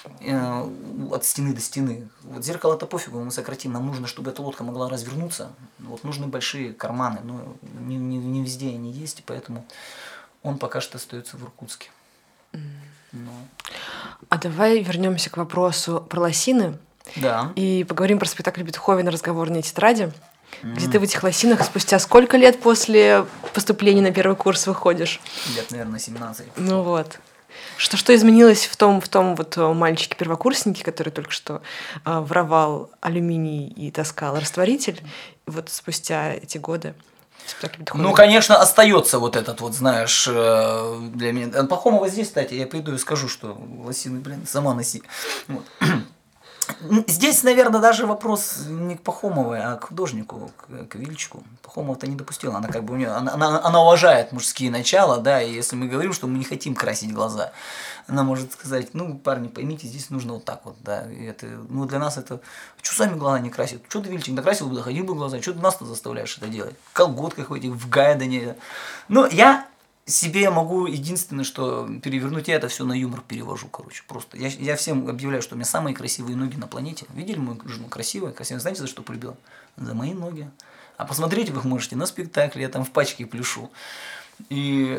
от стены до стены. Вот зеркало-то пофигу, мы сократим, нам нужно, чтобы эта лодка могла развернуться. Вот нужны большие карманы, но не везде они есть, и поэтому он пока что остается в Иркутске. Но... А давай вернемся к вопросу про лосины. Да. И поговорим про спектакль Бетховена «Разговорные тетради». Где ты в этих лосинах спустя сколько лет после поступления на первый курс выходишь? Лет, наверное, 17. Ну вот. Что изменилось в том вот мальчике-первокурснике, который только что воровал алюминий и таскал растворитель, вот спустя эти годы? Ну, конечно, остается вот этот вот, знаешь, для меня. Пахомова здесь, кстати, я приду и скажу, что лосины, блин, сама носи. Вот. Здесь, наверное, даже вопрос не к Пахомовой, а к художнику, к Вильчику. Пахомова-то не допустила, она как бы у нее, она уважает мужские начала, да, и если мы говорим, что мы не хотим красить глаза, она может сказать, ну, парни, поймите, здесь нужно вот так вот, да, и это, ну, для нас это, что сами глаза не красят, что ты, Вильчик, накрасил бы, ходил бы глаза, что ты нас-то заставляешь это делать, в колготках в этих, в гайдане, ну, я себе могу единственное, что перевернуть, я это все на юмор перевожу, короче, просто. Я всем объявляю, что у меня самые красивые ноги на планете. Видели мою жену? Красивая. Знаете, за что полюбила? За мои ноги. А посмотреть вы их можете на спектакле, я там в пачке пляшу. И,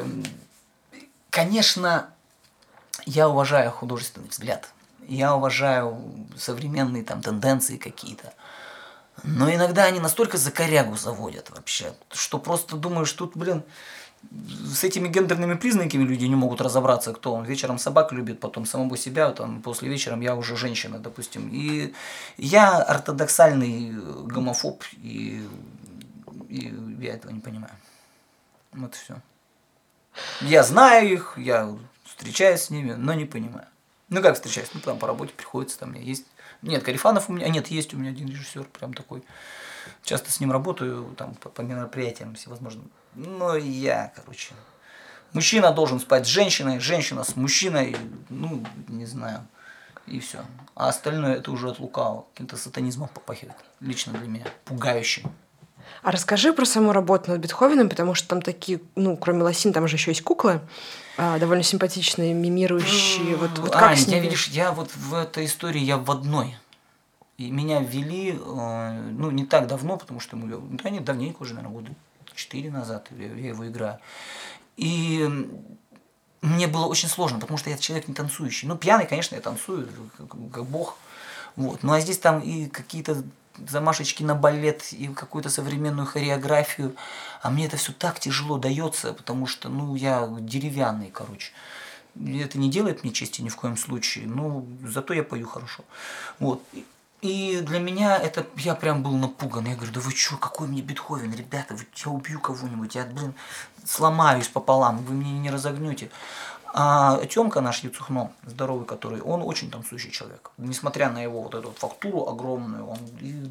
конечно, я уважаю художественный взгляд. Я уважаю современные там тенденции какие-то. Но иногда они настолько за корягу заводят вообще, что просто думаешь, тут, блин, с этими гендерными признаками люди не могут разобраться, кто он. Вечером собак любит, потом самого себя, там, после вечером я уже женщина, допустим. И я ортодоксальный гомофоб, и я этого не понимаю. Вот и все. Я знаю их, я встречаюсь с ними, но не понимаю. Ну как встречаюсь? Ну там по работе приходится, там есть. Нет, Карифанов у меня, нет, есть у меня один режиссер, прям такой. Часто с ним работаю, там, по мероприятиям всевозможным. Но я, короче, мужчина должен спать с женщиной, женщина с мужчиной, ну, не знаю, и все. А остальное это уже от лукавого, каким-то сатанизмом попахивает, лично для меня, пугающим. А расскажи про саму работу над Бетховеном, потому что там такие, ну, кроме лосин, там же еще есть куклы, довольно симпатичные, мимирующие. Вот как Ань, с ними? видишь, я вот в этой истории, я в одной. И меня ввели, ну, не так давно, потому что мы, да нет, давненько уже, наверное, года 4 назад я его играю. И мне было очень сложно, потому что я человек не танцующий. Ну, пьяный, конечно, я танцую, как бог. Вот. Ну, а здесь там и какие-то замашечки на балет, и какую-то современную хореографию. А мне это все так тяжело дается, потому что, ну, я деревянный, короче. Это не делает мне чести ни в коем случае, но зато я пою хорошо. Вот. И для меня это, я прям был напуган. Я говорю, да вы что, какой мне Бетховен, ребята, я убью кого-нибудь, я, блин, сломаюсь пополам, вы меня не разогнете. А Тёмка наш Юцухно, здоровый который, он очень танцующий человек. Несмотря на его вот эту фактуру огромную, он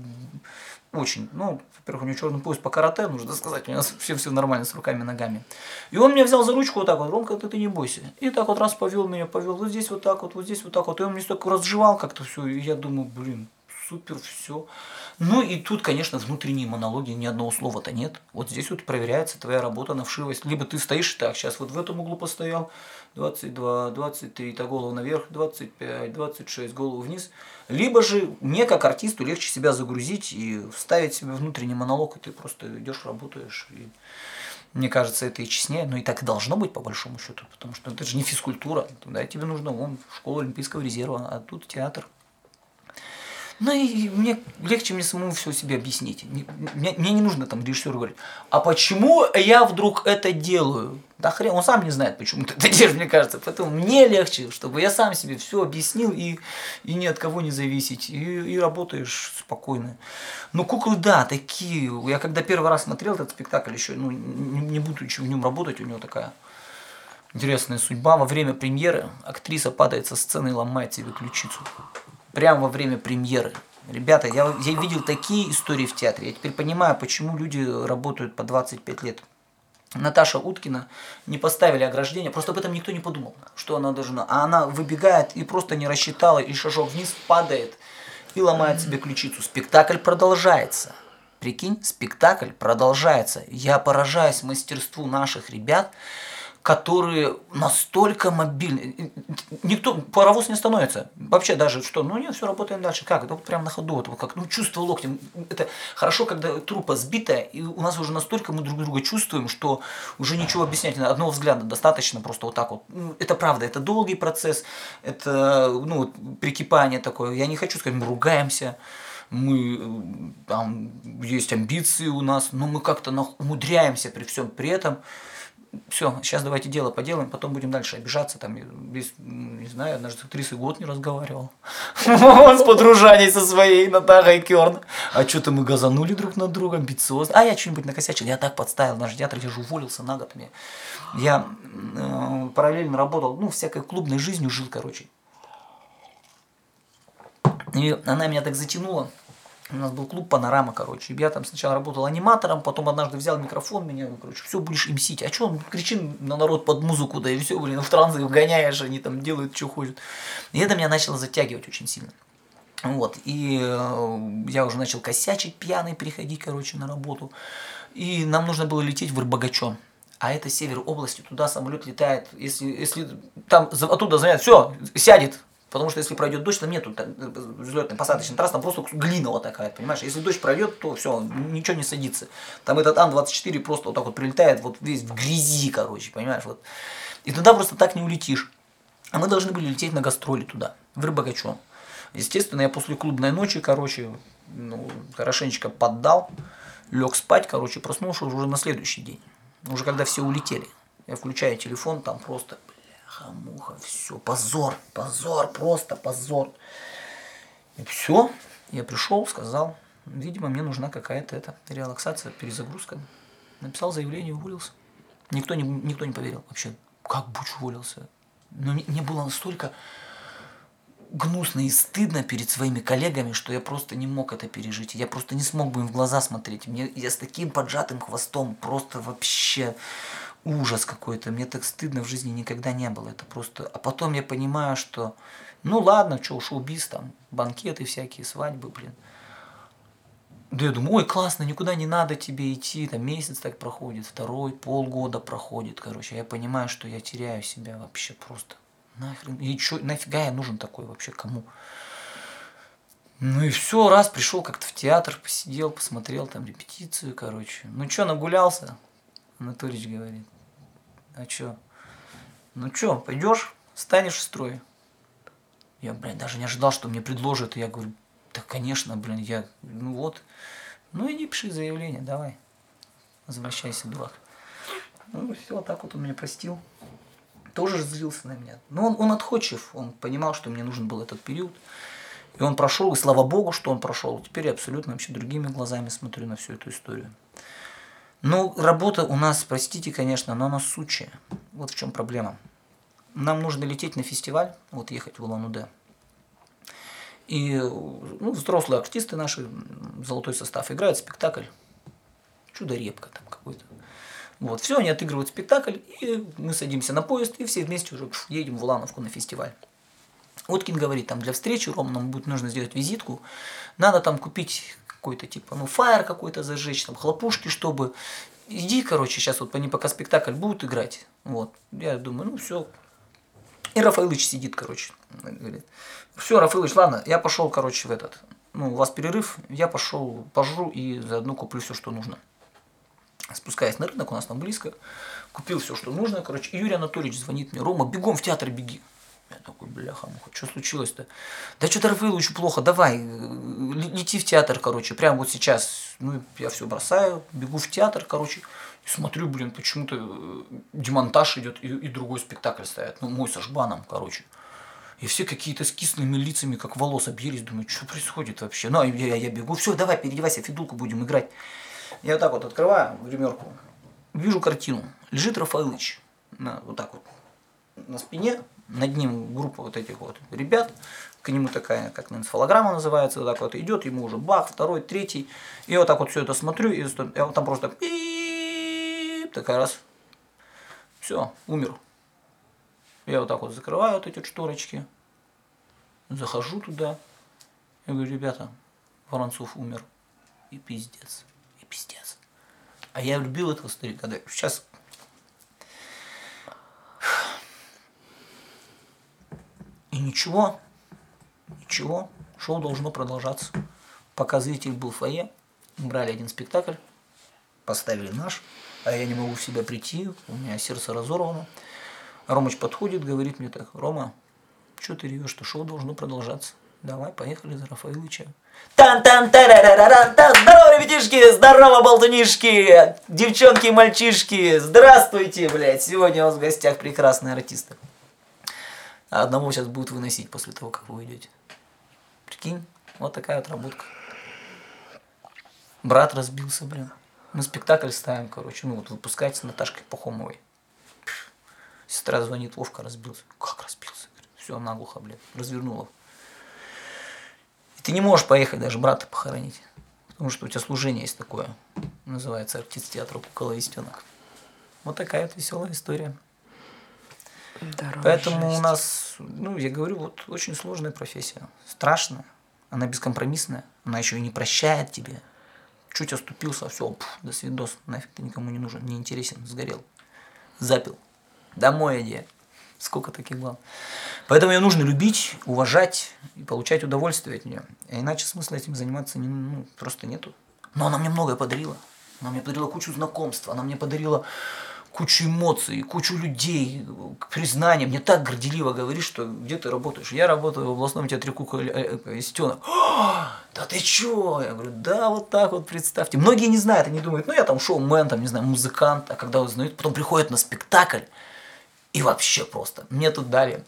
очень, ну, во-первых, у него черный пояс по карате, нужно сказать, у него все нормально с руками и ногами. И он меня взял за ручку вот так вот, Ромка, ты не бойся. И так вот раз повел меня, вот здесь вот так вот здесь вот так вот. И он мне столько разжевал как-то все, и я думаю, блин, супер, все. Ну и тут, конечно, внутренние монологи, ни одного слова-то нет. Вот здесь вот проверяется твоя работа на вшивость. Либо ты стоишь так, сейчас вот в этом углу постоял, 22, 23, так голову наверх, 25, 26, голову вниз. Либо же мне, как артисту, легче себя загрузить и вставить себе внутренний монолог, и ты просто идешь, работаешь. И мне кажется, это и честнее, но и так и должно быть, по большому счету, потому что это же не физкультура. Тогда тебе нужно вон школа Олимпийского резерва, а тут театр. Ну и легче мне самому все себе объяснить. Мне не нужно там режиссеру говорить, а почему я вдруг это делаю? Да хрен, он сам не знает, почему ты это делаешь, мне кажется. Поэтому мне легче, чтобы я сам себе все объяснил и ни от кого не зависеть. И работаешь спокойно. Ну, куклы, да, такие. Я когда первый раз смотрел этот спектакль еще, ну, не будучи в нем работать, у него такая интересная судьба. Во время премьеры актриса падает со сцены и ломает себе ключицу. Прямо во время премьеры. Ребята, я видел такие истории в театре. Я теперь понимаю, почему люди работают по 25 лет. Наташа Уткина не поставили ограждение, просто об этом никто не подумал, что она должна. А она выбегает и просто не рассчитала, и шажок вниз падает и ломает себе ключицу. Спектакль продолжается. Прикинь, спектакль продолжается. Я поражаюсь мастерству наших ребят, которые настолько мобильны. Никто, паровоз не остановится. Вообще даже что, ну нет, все, работаем дальше. Как? Это вот прям на ходу. Это вот как, ну, чувство локтем. Это хорошо, когда труппа сбитая, и у нас уже настолько мы друг друга чувствуем, что уже ничего объяснять. Одного взгляда достаточно просто вот так вот. Это правда, это долгий процесс, это, ну, прикипание такое. Я не хочу сказать, мы ругаемся, мы, там, есть амбиции у нас, но мы как-то умудряемся при всем при этом Все, сейчас давайте дело поделаем, потом будем дальше обижаться. Там, не знаю, однажды с актрисой год не разговаривал. Он с подружаней со своей Натахой Керн. А что-то мы газанули друг на друга, амбициозно. А я что-нибудь накосячил, я так подставил наш театр, я же уволился на год. Я параллельно работал, всякой клубной жизнью жил, короче. И она меня так затянула. У нас был клуб «Панорама», короче. Я там сначала работал аниматором, потом однажды взял микрофон, меня, короче, все, будешь имсить. А что он кричит на народ под музыку, да и все, в транс их вгоняешь, они там делают, что хочет. И это меня начало затягивать очень сильно. Вот, и я уже начал косячить, пьяный, приходить, короче, на работу. И нам нужно было лететь в Рыбогачон. А это север области, туда самолет летает, если там оттуда звонят, все, сядет. Потому что если пройдет дождь, там нету взлетной посадочной трассы, там просто глина вот такая, понимаешь? Если дождь пройдет, то все, ничего не садится. Там этот Ан-24 просто вот так вот прилетает, вот весь в грязи, короче, понимаешь? Вот. И туда просто так не улетишь. А мы должны были лететь на гастроли туда, в Рыбогачон. Естественно, я после клубной ночи, короче, хорошенечко поддал, лег спать, короче, проснулся уже на следующий день. Уже когда все улетели. Я включаю телефон, там просто... Муха, все, позор, просто позор. И все, я пришел, сказал, видимо, мне нужна какая-то релаксация, перезагрузка. Написал заявление, уволился. Никто не поверил вообще, как Буч уволился. Но мне было настолько гнусно и стыдно перед своими коллегами, что я просто не мог это пережить. Я просто не смог бы им в глаза смотреть. Я с таким поджатым хвостом просто вообще... Ужас какой-то, мне так стыдно в жизни никогда не было, это просто... А потом я понимаю, что, ладно, что, шоу-биз, там, банкеты всякие, свадьбы, блин. Да я думаю, ой, классно, никуда не надо тебе идти, там месяц так проходит, второй, полгода проходит, короче. Я понимаю, что я теряю себя вообще просто. Нахрен, и чё, нафига я нужен такой вообще, кому? И все, раз пришел как-то в театр, посидел, посмотрел там репетицию, короче. Что, нагулялся? Анатольевич говорит. А чё? Пойдешь, станешь в строй? Я, даже не ожидал, что мне предложат. И я говорю, да, конечно, я, иди пиши заявление, давай. Возвращайся, дурак. Все, так вот он меня простил. Тоже злился на меня. Но он отходчив, он понимал, что мне нужен был этот период. И он прошел, и слава богу, что он прошел. Теперь я абсолютно вообще другими глазами смотрю на всю эту историю. Работа у нас, простите, конечно, но она сучая. Вот в чем проблема. Нам нужно лететь на фестиваль, вот ехать в Улан-Удэ. И взрослые артисты наши, золотой состав, играют спектакль. Чудо-репка там какой-то. Вот, все, они отыгрывают спектакль, и мы садимся на поезд, и все вместе уже едем в Улановку на фестиваль. Уткин говорит, там для встречи, Ром, нам будет нужно сделать визитку, надо там купить какой-то типа, фаер какой-то зажечь, там хлопушки, чтобы... Иди, короче, сейчас вот они пока спектакль будут играть. Вот. Я думаю, все. И Рафаэлыч сидит, короче, говорит. Все, Рафаэлыч, ладно, я пошел, короче, в этот. У вас перерыв, я пошел, пожру и заодно куплю все, что нужно. Спускаясь на рынок, у нас там близко, купил все, что нужно, короче. И Юрий Анатольевич звонит мне, Рома, бегом в театр беги. Я такой, бляха-муха, что случилось-то? Да что-то Рафаэловичу плохо, давай, лети в театр, короче, прямо вот сейчас. Я все бросаю, бегу в театр, короче, и смотрю, почему-то демонтаж идет и другой спектакль ставят, мой со Жбаном, короче. И все какие-то с кислыми лицами, как волос объелись, думаю, что происходит вообще? Я бегу, все, давай, переодевайся, фидулку будем играть. Я вот так вот открываю гримерку, вижу картину, лежит Рафаэлович, вот так вот, на спине, над ним группа вот этих вот ребят, к нему такая, как, наверное, фалограмма называется, вот так вот идет, ему уже бах, второй, третий, и вот так вот все это смотрю, и я вот там просто так, такая раз, все, умер. Я вот так вот закрываю вот эти вот шторочки, захожу туда, я говорю, ребята, Воронцов умер, и пиздец, и пиздец. А я любил этого старика, да, сейчас... И ничего, шоу должно продолжаться. Пока зритель был в фойе, брали один спектакль, поставили наш, а я не могу в себя прийти, у меня сердце разорвано. Ромыч подходит, говорит мне так, Рома, что ты ревешь, что шоу должно продолжаться. Давай, поехали за Рафаилыча. Тан-тан-тарарараран-тан! Здорово, ребятишки! Здорово, болтунишки! Девчонки и мальчишки! Здравствуйте, блядь! Сегодня у вас в гостях прекрасные артисты. А одного сейчас будут выносить после того, как вы уйдете. Прикинь, вот такая вот работка. Брат разбился, блин. Мы спектакль ставим, короче, ну вот выпускается с Наташкой Пахомовой. Сестра звонит, Вовка разбился. Как разбился? Все, наглухо, блин, развернула. И ты не можешь поехать даже брата похоронить. Потому что у тебя служение есть такое. Называется артист театра «Кукол и Вестенок». Вот такая вот веселая история. Здорово, Поэтому жесть. у нас, ну, я говорю, вот очень сложная профессия. Страшная. Она бескомпромиссная. Она еще и не прощает тебе. Чуть оступился, все, до свидос. Нафиг ты никому не нужен, не интересен, сгорел. Запил. Домой иди. Сколько таких было. Поэтому ее нужно любить, уважать и получать удовольствие от нее. А иначе смысла этим заниматься просто нету. Но она мне многое подарила. Она мне подарила кучу знакомств, она мне подарила кучу эмоций, кучу людей, признания. Мне так горделиво говорит, что где ты работаешь? Я работаю в областном театре «Кукол и Вестенок». Да ты чё? Я говорю, да, вот так вот представьте. Многие не знают, они думают, ну я там шоумен, там, не знаю, музыкант, а когда узнают, потом приходят на спектакль, и вообще просто. Мне тут дали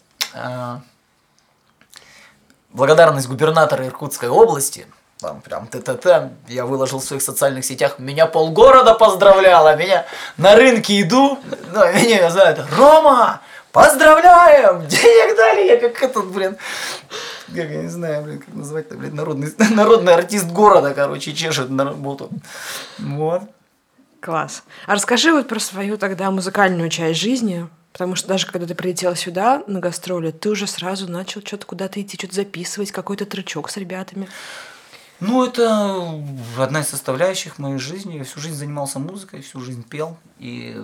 благодарность губернатора Иркутской области. Там прям я выложил в своих социальных сетях, меня полгорода поздравляло, меня на рынке иду, ну, меня знают, Рома, поздравляем, денег дали, я как этот, блин, я не знаю, блин, как назвать-то, блин, народный артист города, короче, чешет на работу, вот. Класс. А расскажи вот про свою тогда музыкальную часть жизни, потому что даже когда ты прилетела сюда на гастроли, ты уже сразу начал что-то куда-то идти, что-то записывать, какой-то тречок с ребятами. Ну, это одна из составляющих моей жизни. Я всю жизнь занимался музыкой, всю жизнь пел. И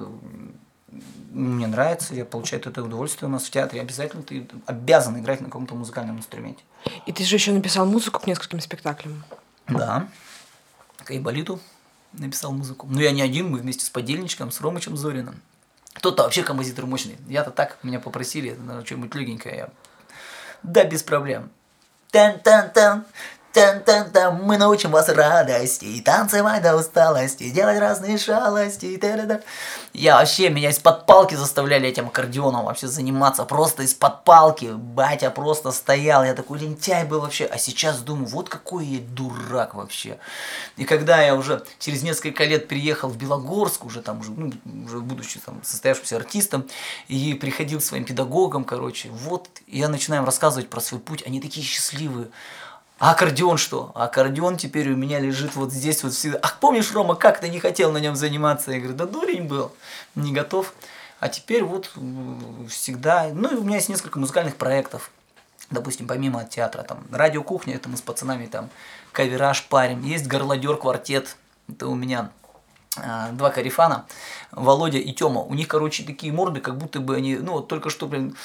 мне нравится, я получаю от этого удовольствие. У нас в театре обязательно ты обязан играть на каком-то музыкальном инструменте. И ты же еще написал музыку к нескольким спектаклям. Да. К Айболиту написал музыку. Но я не один, мы вместе с подельничком, с Ромычем Зориным. Тот-то вообще композитор мощный. Я-то так, меня попросили, на что-нибудь легенькое. Я... Да, без проблем. Тан-тан-тан. Тан-тан-тан, мы научим вас радости, танцевать до усталости, делать разные шалости. Та-да-да. Я вообще, меня из-под палки заставляли этим аккордеоном вообще заниматься, просто из-под палки. Батя просто стоял, я такой лентяй был вообще. А сейчас думаю, вот какой я дурак вообще. И когда я уже через несколько лет приехал в Белогорск, уже там, уже будучи там состоявшимся артистом, и приходил к своим педагогам, короче, вот я начинаю им рассказывать про свой путь, они такие счастливые. А аккордеон что? А аккордеон теперь у меня лежит вот здесь вот всегда. Ах, помнишь, Рома, как ты не хотел на нем заниматься? Я говорю, да дурень был, не готов. А теперь вот всегда... Ну, и у меня есть несколько музыкальных проектов. Допустим, помимо театра, там, радиокухня, это мы с пацанами там кавераж парим. Есть горлодер квартет, это у меня два корефана, Володя и Тёма. У них, короче, такие морды, как будто бы они, ну, вот только что, блин...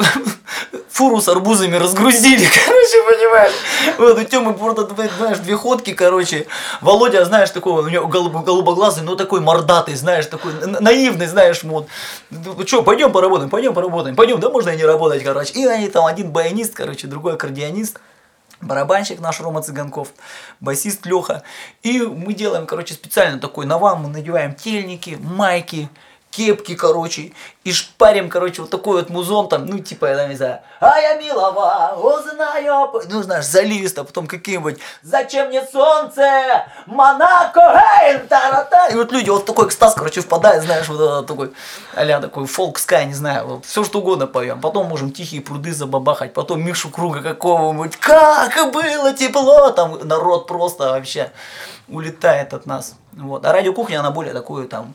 фуру с арбузами разгрузили, короче, понимаешь? Вот у Тёмы просто, знаешь, две ходки, короче. Володя, знаешь, такой, у него голубоглазый, но такой мордатый, знаешь, такой наивный, знаешь, вот. Ну что, пойдем поработаем, пойдем, да можно и не работать, короче. И они там, один баянист, короче, другой аккордеонист, барабанщик наш Рома Цыганков, басист Леха. И мы делаем, короче, специально такой навал, мы надеваем тельники, майки, кепки, короче, и шпарим, короче, вот такой вот музон там, ну, типа, я там не знаю, а я милого узнаю, ну, знаешь, заливист, а потом какие-нибудь, зачем мне солнце, Монако, эй, та-ра-та, и вот люди, вот такой экстаз, короче, впадает, знаешь, вот такой, а-ля такой фолк-скай, не знаю, вот, все что угодно поем, потом можем тихие пруды забабахать, потом Мишу Круга какого-нибудь, как было тепло, там народ просто вообще улетает от нас, вот, а радиокухня, она более такую там,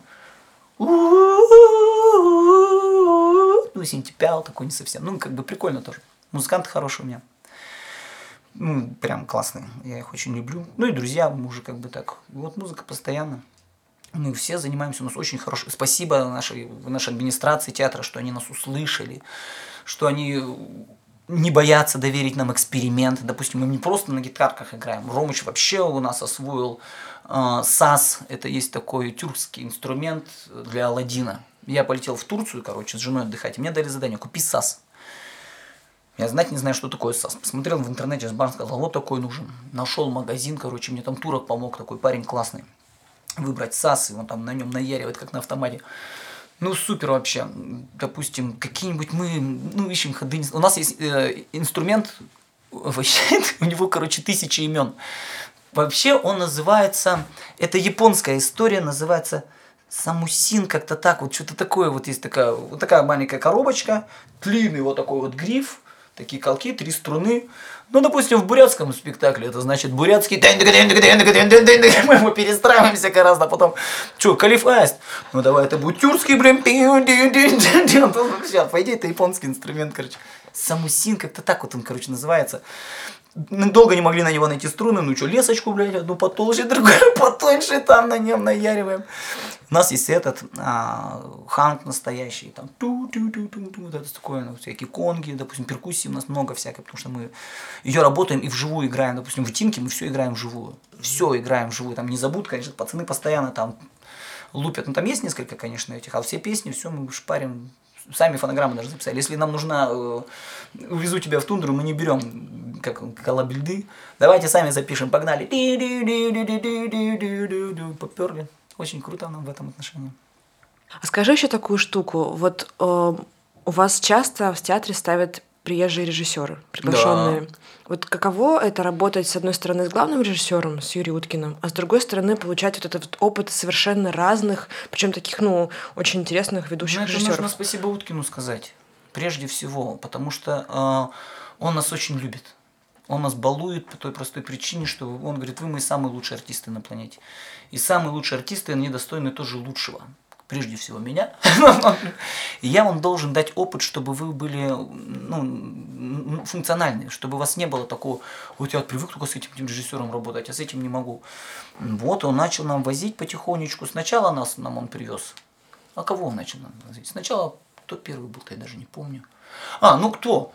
ну, синтепиал такой не совсем. Ну, как бы прикольно тоже. Музыканты хорошие у меня. Ну, прям классные. Я их очень люблю. Ну, и друзья, мы уже как бы так. Вот музыка постоянно. Мы все занимаемся, у нас очень хорошо. Спасибо нашей администрации театра, что они нас услышали, что они не боятся доверить нам эксперимент. Допустим, мы не просто на гитарках играем. Ромыч вообще у нас освоил саз. Это есть такой тюркский инструмент для Аладдина. Я полетел в Турцию, короче, с женой отдыхать, и мне дали задание: купи саз. Я знать не знаю, что такое САС. Посмотрел в интернете, Сбар сказал, вот такой нужен. Нашел магазин, короче, мне там турок помог, такой парень классный. Выбрать САС, и он там на нем наяривает, как на автомате. Ну, супер вообще. Допустим, какие-нибудь мы, ищем ходы. У нас есть инструмент, вообще, у него, короче, 1000 имен. Вообще он называется, это японская история, называется самусин, как-то так, вот что-то такое, вот есть такая маленькая коробочка, длинный вот такой вот гриф, такие колки, 3 струны. Ну, допустим, в бурятском спектакле это значит бурятский, мы его перестраиваемся гораздо, потом, что, калифаст? Ну, давай это будет тюркский, блин, по идее, это японский инструмент, короче. Самусин, как-то так вот он, короче, называется. Долго не могли на него найти струны, ну что, лесочку, блядь, одну потолще, другую потоньше, там на нем наяриваем. У нас есть этот ханг настоящий, там вот это такое, всякие конги, допустим, перкуссии у нас много всякой, потому что мы ее работаем и вживую играем, допустим, в Тинке мы все играем вживую, все играем вживую, там не забудут, конечно, пацаны постоянно там лупят, ну там есть несколько, конечно, этих, а все песни, все мы шпарим. Сами фонограммы даже записали. Если нам нужна увезу тебя в тундру, мы не берем как коллабильды. Давайте сами запишем, погнали. Поперли. Очень круто нам в этом отношении. А скажи еще такую штуку. Вот у вас часто в театре ставят приезжие режиссеры, приглашенные. Да. Вот каково это работать, с одной стороны, с главным режиссером, с Юрием Уткиным, а с другой стороны, получать вот этот опыт совершенно разных, причем таких, очень интересных ведущих режиссеров. Нужно спасибо Уткину сказать, прежде всего, потому что он нас очень любит. Он нас балует по той простой причине, что он говорит, вы мои самые лучшие артисты на планете. И самые лучшие артисты, они достойны тоже лучшего. Прежде всего меня. И я вам должен дать опыт, чтобы вы были функциональны, чтобы у вас не было такого, вот я привык только с этим режиссером работать, а с этим не могу. Вот он начал нам возить потихонечку. Сначала нам он привез. А кого он начал нам возить? Сначала кто первый был, я даже не помню. Кто?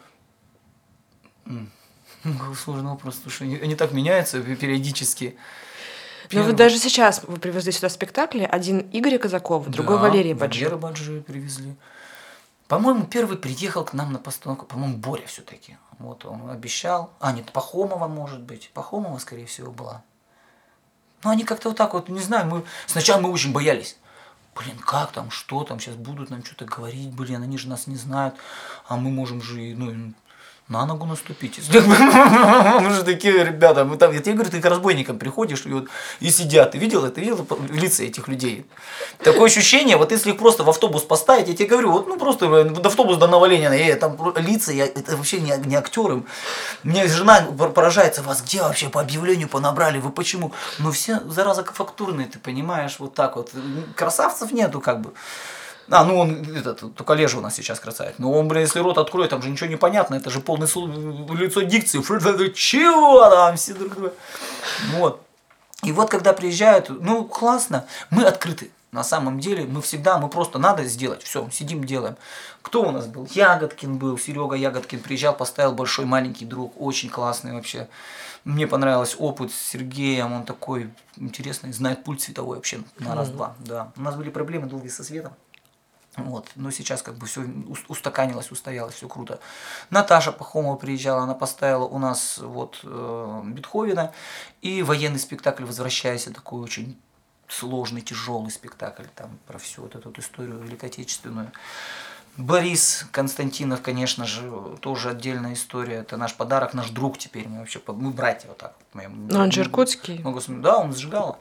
Сложный вопрос, потому что они так меняются периодически. Но вот даже сейчас вы привезли сюда спектакли. Один Игорь Казаков, другой Валерий Баджи. Валерия Баджи привезли. По-моему, первый приехал к нам на постановку, по-моему, Боря все-таки. Вот он обещал. Нет, Пахомова, может быть. Пахомова, скорее всего, была. Они как-то вот так вот, не знаю, сначала мы очень боялись. Как там, что там, сейчас будут нам что-то говорить, они же нас не знают, а мы можем же, на ногу наступить. Мы же такие ребята, я тебе говорю, ты к разбойникам приходишь и сидят. Ты видел лица этих людей? Такое ощущение, вот если их просто в автобус поставить, я тебе говорю, просто автобус до Новоленина, там лица, это вообще не актеры. Мне жена поражается, вас где вообще по объявлению понабрали, вы почему? Все, зараза, фактурные, ты понимаешь, вот так вот. Красавцев нету как бы. Он, только Лежа у нас сейчас красавец. Он, если рот откроет, там же ничего не понятно, это же полное лицо дикции. Чего там все друг друга? Вот. И вот когда приезжают, классно, мы открыты. На самом деле, мы просто надо сделать, все, сидим, делаем. Кто у нас был? Ягодкин был, Серега Ягодкин приезжал, поставил большой маленький друг, очень классный вообще. Мне понравился опыт с Сергеем, он такой интересный, знает пульс световой вообще на раз-два. Да. У нас были проблемы долгие со светом. Но сейчас как бы все устаканилось, устоялось, все круто. Наташа Пахомова приезжала, она поставила у нас Бетховена и военный спектакль «Возвращайся», такой очень сложный, тяжелый спектакль там про всю вот эту историю Великой Отечественную. Борис Константинов, конечно же, тоже отдельная история. Это наш подарок, наш друг теперь. Мы братья вот так. Он же иркутский. Да, он сжигал.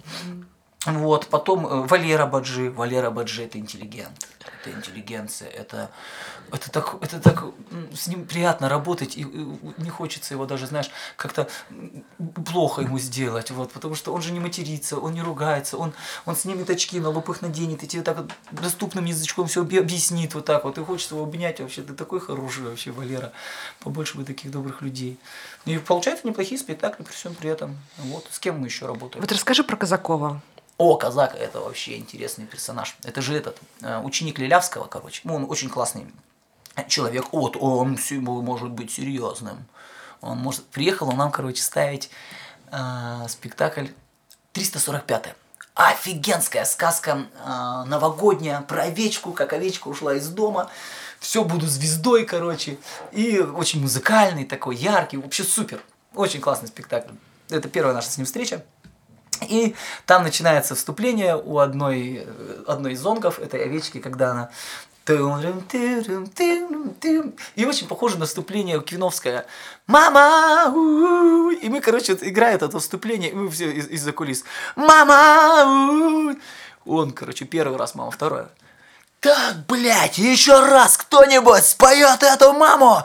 Потом Валера Баджи. Валера Баджи – это интеллигент. Это интеллигенция. Это так с ним приятно работать, и не хочется его даже, знаешь, как-то плохо ему сделать, потому что он же не матерится, он не ругается, он снимет очки, на лоб их наденет, и тебе так доступным язычком все объяснит вот так вот, и хочется его обнять вообще, ты такой хороший вообще, Валера, побольше бы таких добрых людей. И получается неплохие спектакли при всем при этом. С кем мы еще работаем? Расскажи про Казакова. Казак – это вообще интересный персонаж. Это же ученик Лилявского, короче. Он очень классный человек. Он может быть серьезным. Приехал он нам, ставить спектакль 345-я. Офигенская сказка новогодняя про овечку, как овечка ушла из дома. все буду звездой, короче. И очень музыкальный такой, яркий, вообще супер. Очень классный спектакль. Это первая наша с ним встреча. И там начинается вступление у одной из зонгов, этой овечки, когда она... И очень похоже на вступление квиновское. «Мама!» И мы, короче, играет это вступление, и мы все из-за кулис. «Мама!» Он, короче, первый раз, мама второй. «Так, блядь, еще раз кто-нибудь споет эту маму!»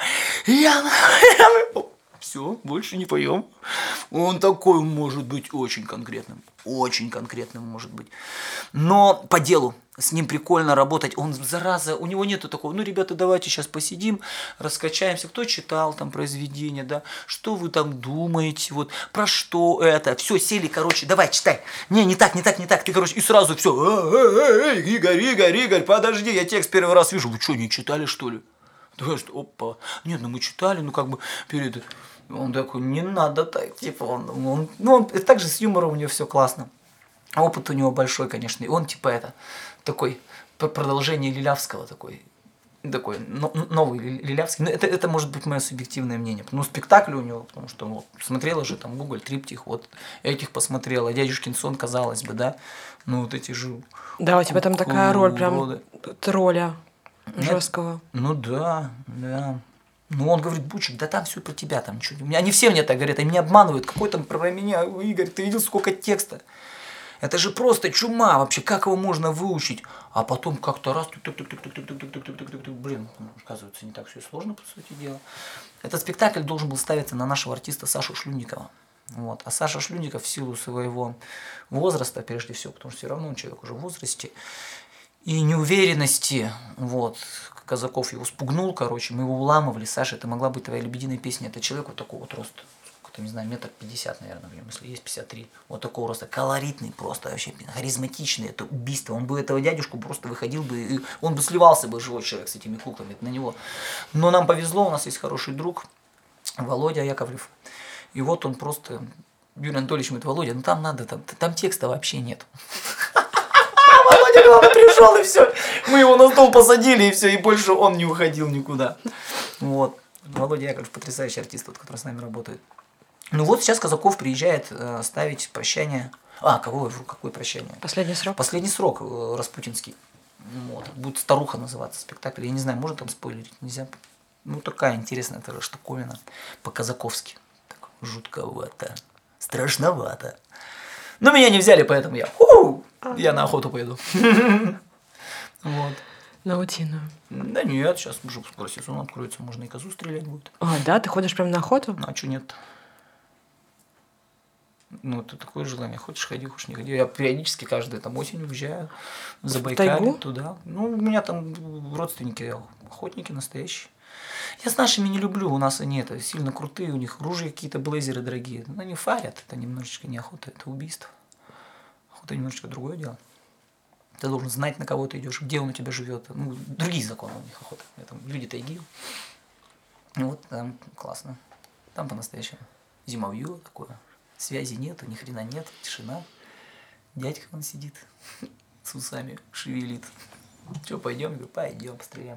Все, больше не поем. Он такой может быть очень конкретным может быть. Но по делу с ним прикольно работать. Он, зараза, у него нету такого, ну, ребята, давайте сейчас посидим, раскачаемся. Кто читал там произведение, да? Что вы там думаете, вот, про что это? Все, сели, короче, давай, читай. Не так. Ты, короче, и сразу все. Игорь, подожди, я текст первый раз вижу. Вы что, не читали, что ли? Опа. Нет, ну мы читали, ну как бы перед... Он такой, не надо так, типа, он также с юмором у него все классно. Опыт у него большой, конечно, и он типа это, такой, продолжение Лилявского такой новый Лилявский. Но это может быть мое субъективное мнение. Ну, спектакль у него, потому что вот, смотрела же там Гоголь, Триптих, вот этих посмотрела, Дядюшкин сон, казалось бы, да, ну вот эти же... Да, у тебя там такая роль, прям тролля жесткого. Ну да. Ну, он говорит, Бучик, да там все про тебя, там ничего. Они все мне так говорят, они меня обманывают. Какой там про меня, Игорь, ты видел, сколько текста? Это же просто чума вообще, как его можно выучить? А потом как-то раз, блин, оказывается, не так все сложно, по сути дела. Этот спектакль должен был ставиться на нашего артиста Сашу Шлюнникова. Вот. А Саша Шлюнников в силу своего возраста, прежде всего, потому что все равно он человек уже в возрасте, и неуверенности, вот, Казаков его спугнул, короче, мы его уламывали. Саша, это могла быть твоя лебединая песня. Это человек вот такого вот роста, сколько-то, не знаю, 1,50 м, наверное, в нем, если есть 53. Вот такого роста, колоритный просто, вообще харизматичный, это убийство. Он бы этого дядюшку просто выходил бы, и он бы сливался бы, живой человек, с этими куклами, это на него. Но нам повезло, у нас есть хороший друг, Володя Яковлев. И вот он просто, Юрий Анатольевич говорит, Володя, ну там надо, там текста вообще нет. Володя, главное, пришел, и все. Мы его на стол посадили, и все, и больше он не уходил никуда. Вот. Володя Яковлев потрясающий артист, тот, который с нами работает. Ну вот сейчас Казаков приезжает ставить прощание. Какое прощание? Последний срок. Последний срок распутинский. Вот. Будет «Старуха» называться спектакль. Я не знаю, можно там спойлерить? Нельзя. Ну, такая интересная тоже штуковина. По-казаковски. Так, жутковато. Страшновато. Но меня не взяли, поэтому я на охоту поеду. Вот. На утиную. Да нет, сейчас уже скоро сезон откроется, можно и козу стрелять будет. А, да? Ты ходишь прям на охоту? Ну, а что нет? Ну, это такое желание. Хочешь, ходи, хочешь, не ходи. Я периодически каждую там осень уезжаю в Забайкалье туда. Ну, у меня там родственники, охотники настоящие. Я с нашими не люблю, у нас они сильно крутые, у них ружья какие-то, блейзеры дорогие. Но они фарят, это немножечко не охота, это убийство. Охота немножечко другое дело. Ты должен знать, на кого ты идешь, где он у тебя живет. Ну, другие законы у них охота. Это люди тайги. Вот там классно. Там по-настоящему зимовье такое. Связи нет, ни хрена нет, тишина. Дядька он сидит с усами, шевелит. Че, пойдем? Я говорю, пойдем, постреляем.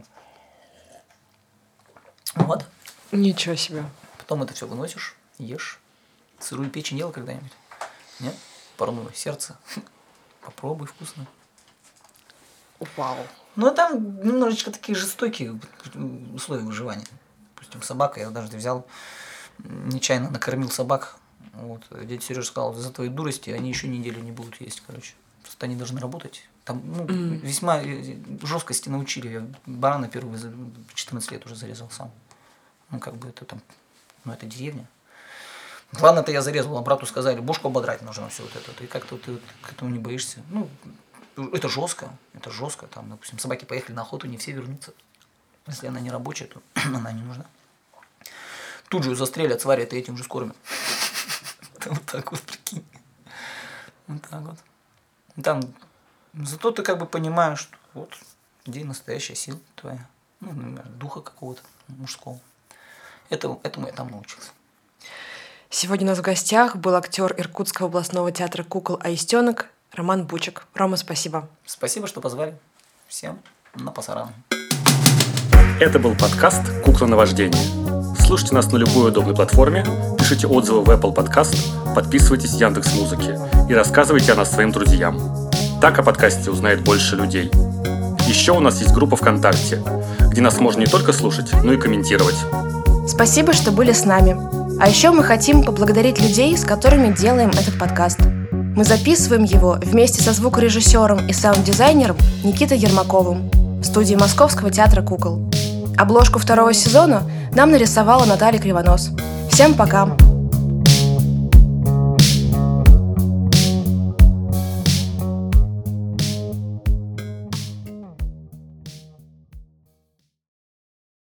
Вот. Ничего себе. Потом это все выносишь, ешь. Сырую печень ел когда-нибудь? Нет? Парное сердце. Попробуй, вкусно. Вау. Ну, там немножечко такие жестокие условия выживания. Допустим, собака, я даже взял, нечаянно накормил собак. Вот. Дядя Сережа сказал, за твоей дурости они еще неделю не будут есть, короче. Просто они должны работать. Там весьма жесткости научили. Я барана первый в 14 лет уже зарезал сам. Ну, как бы это там, ну, это деревня. Ладно-то я зарезал, а брату сказали, бошку ободрать нужно все вот это. И как-то ты к этому не боишься. Ну, это жестко. Там, допустим, собаки поехали на охоту, не все вернутся. Если она не рабочая, то она не нужна. Тут же ее застрелят, сварят и этим же скормят. Вот так вот, прикинь. Вот так вот. Там, зато ты как бы понимаешь, что вот где настоящая сила твоя. Ну, например, духа какого-то мужского. Этому я там научился. Сегодня у нас в гостях был актер Иркутского областного театра кукол «Аистенок» Роман Бучик. Рома, спасибо. Спасибо, что позвали. Всем на пасаран. Это был подкаст «Кукла наваждения». Слушайте нас на любой удобной платформе, пишите отзывы в Apple Podcast, подписывайтесь в Яндекс.Музыке и рассказывайте о нас своим друзьям. Так о подкасте узнает больше людей. Еще у нас есть группа ВКонтакте, где нас можно не только слушать, но и комментировать. Спасибо, что были с нами. А еще мы хотим поблагодарить людей, с которыми делаем этот подкаст. Мы записываем его вместе со звукорежиссером и саунд-дизайнером Никитой Ермаковым в студии Московского театра кукол. Обложку 2 сезона нам нарисовала Наталья Кривонос. Всем пока!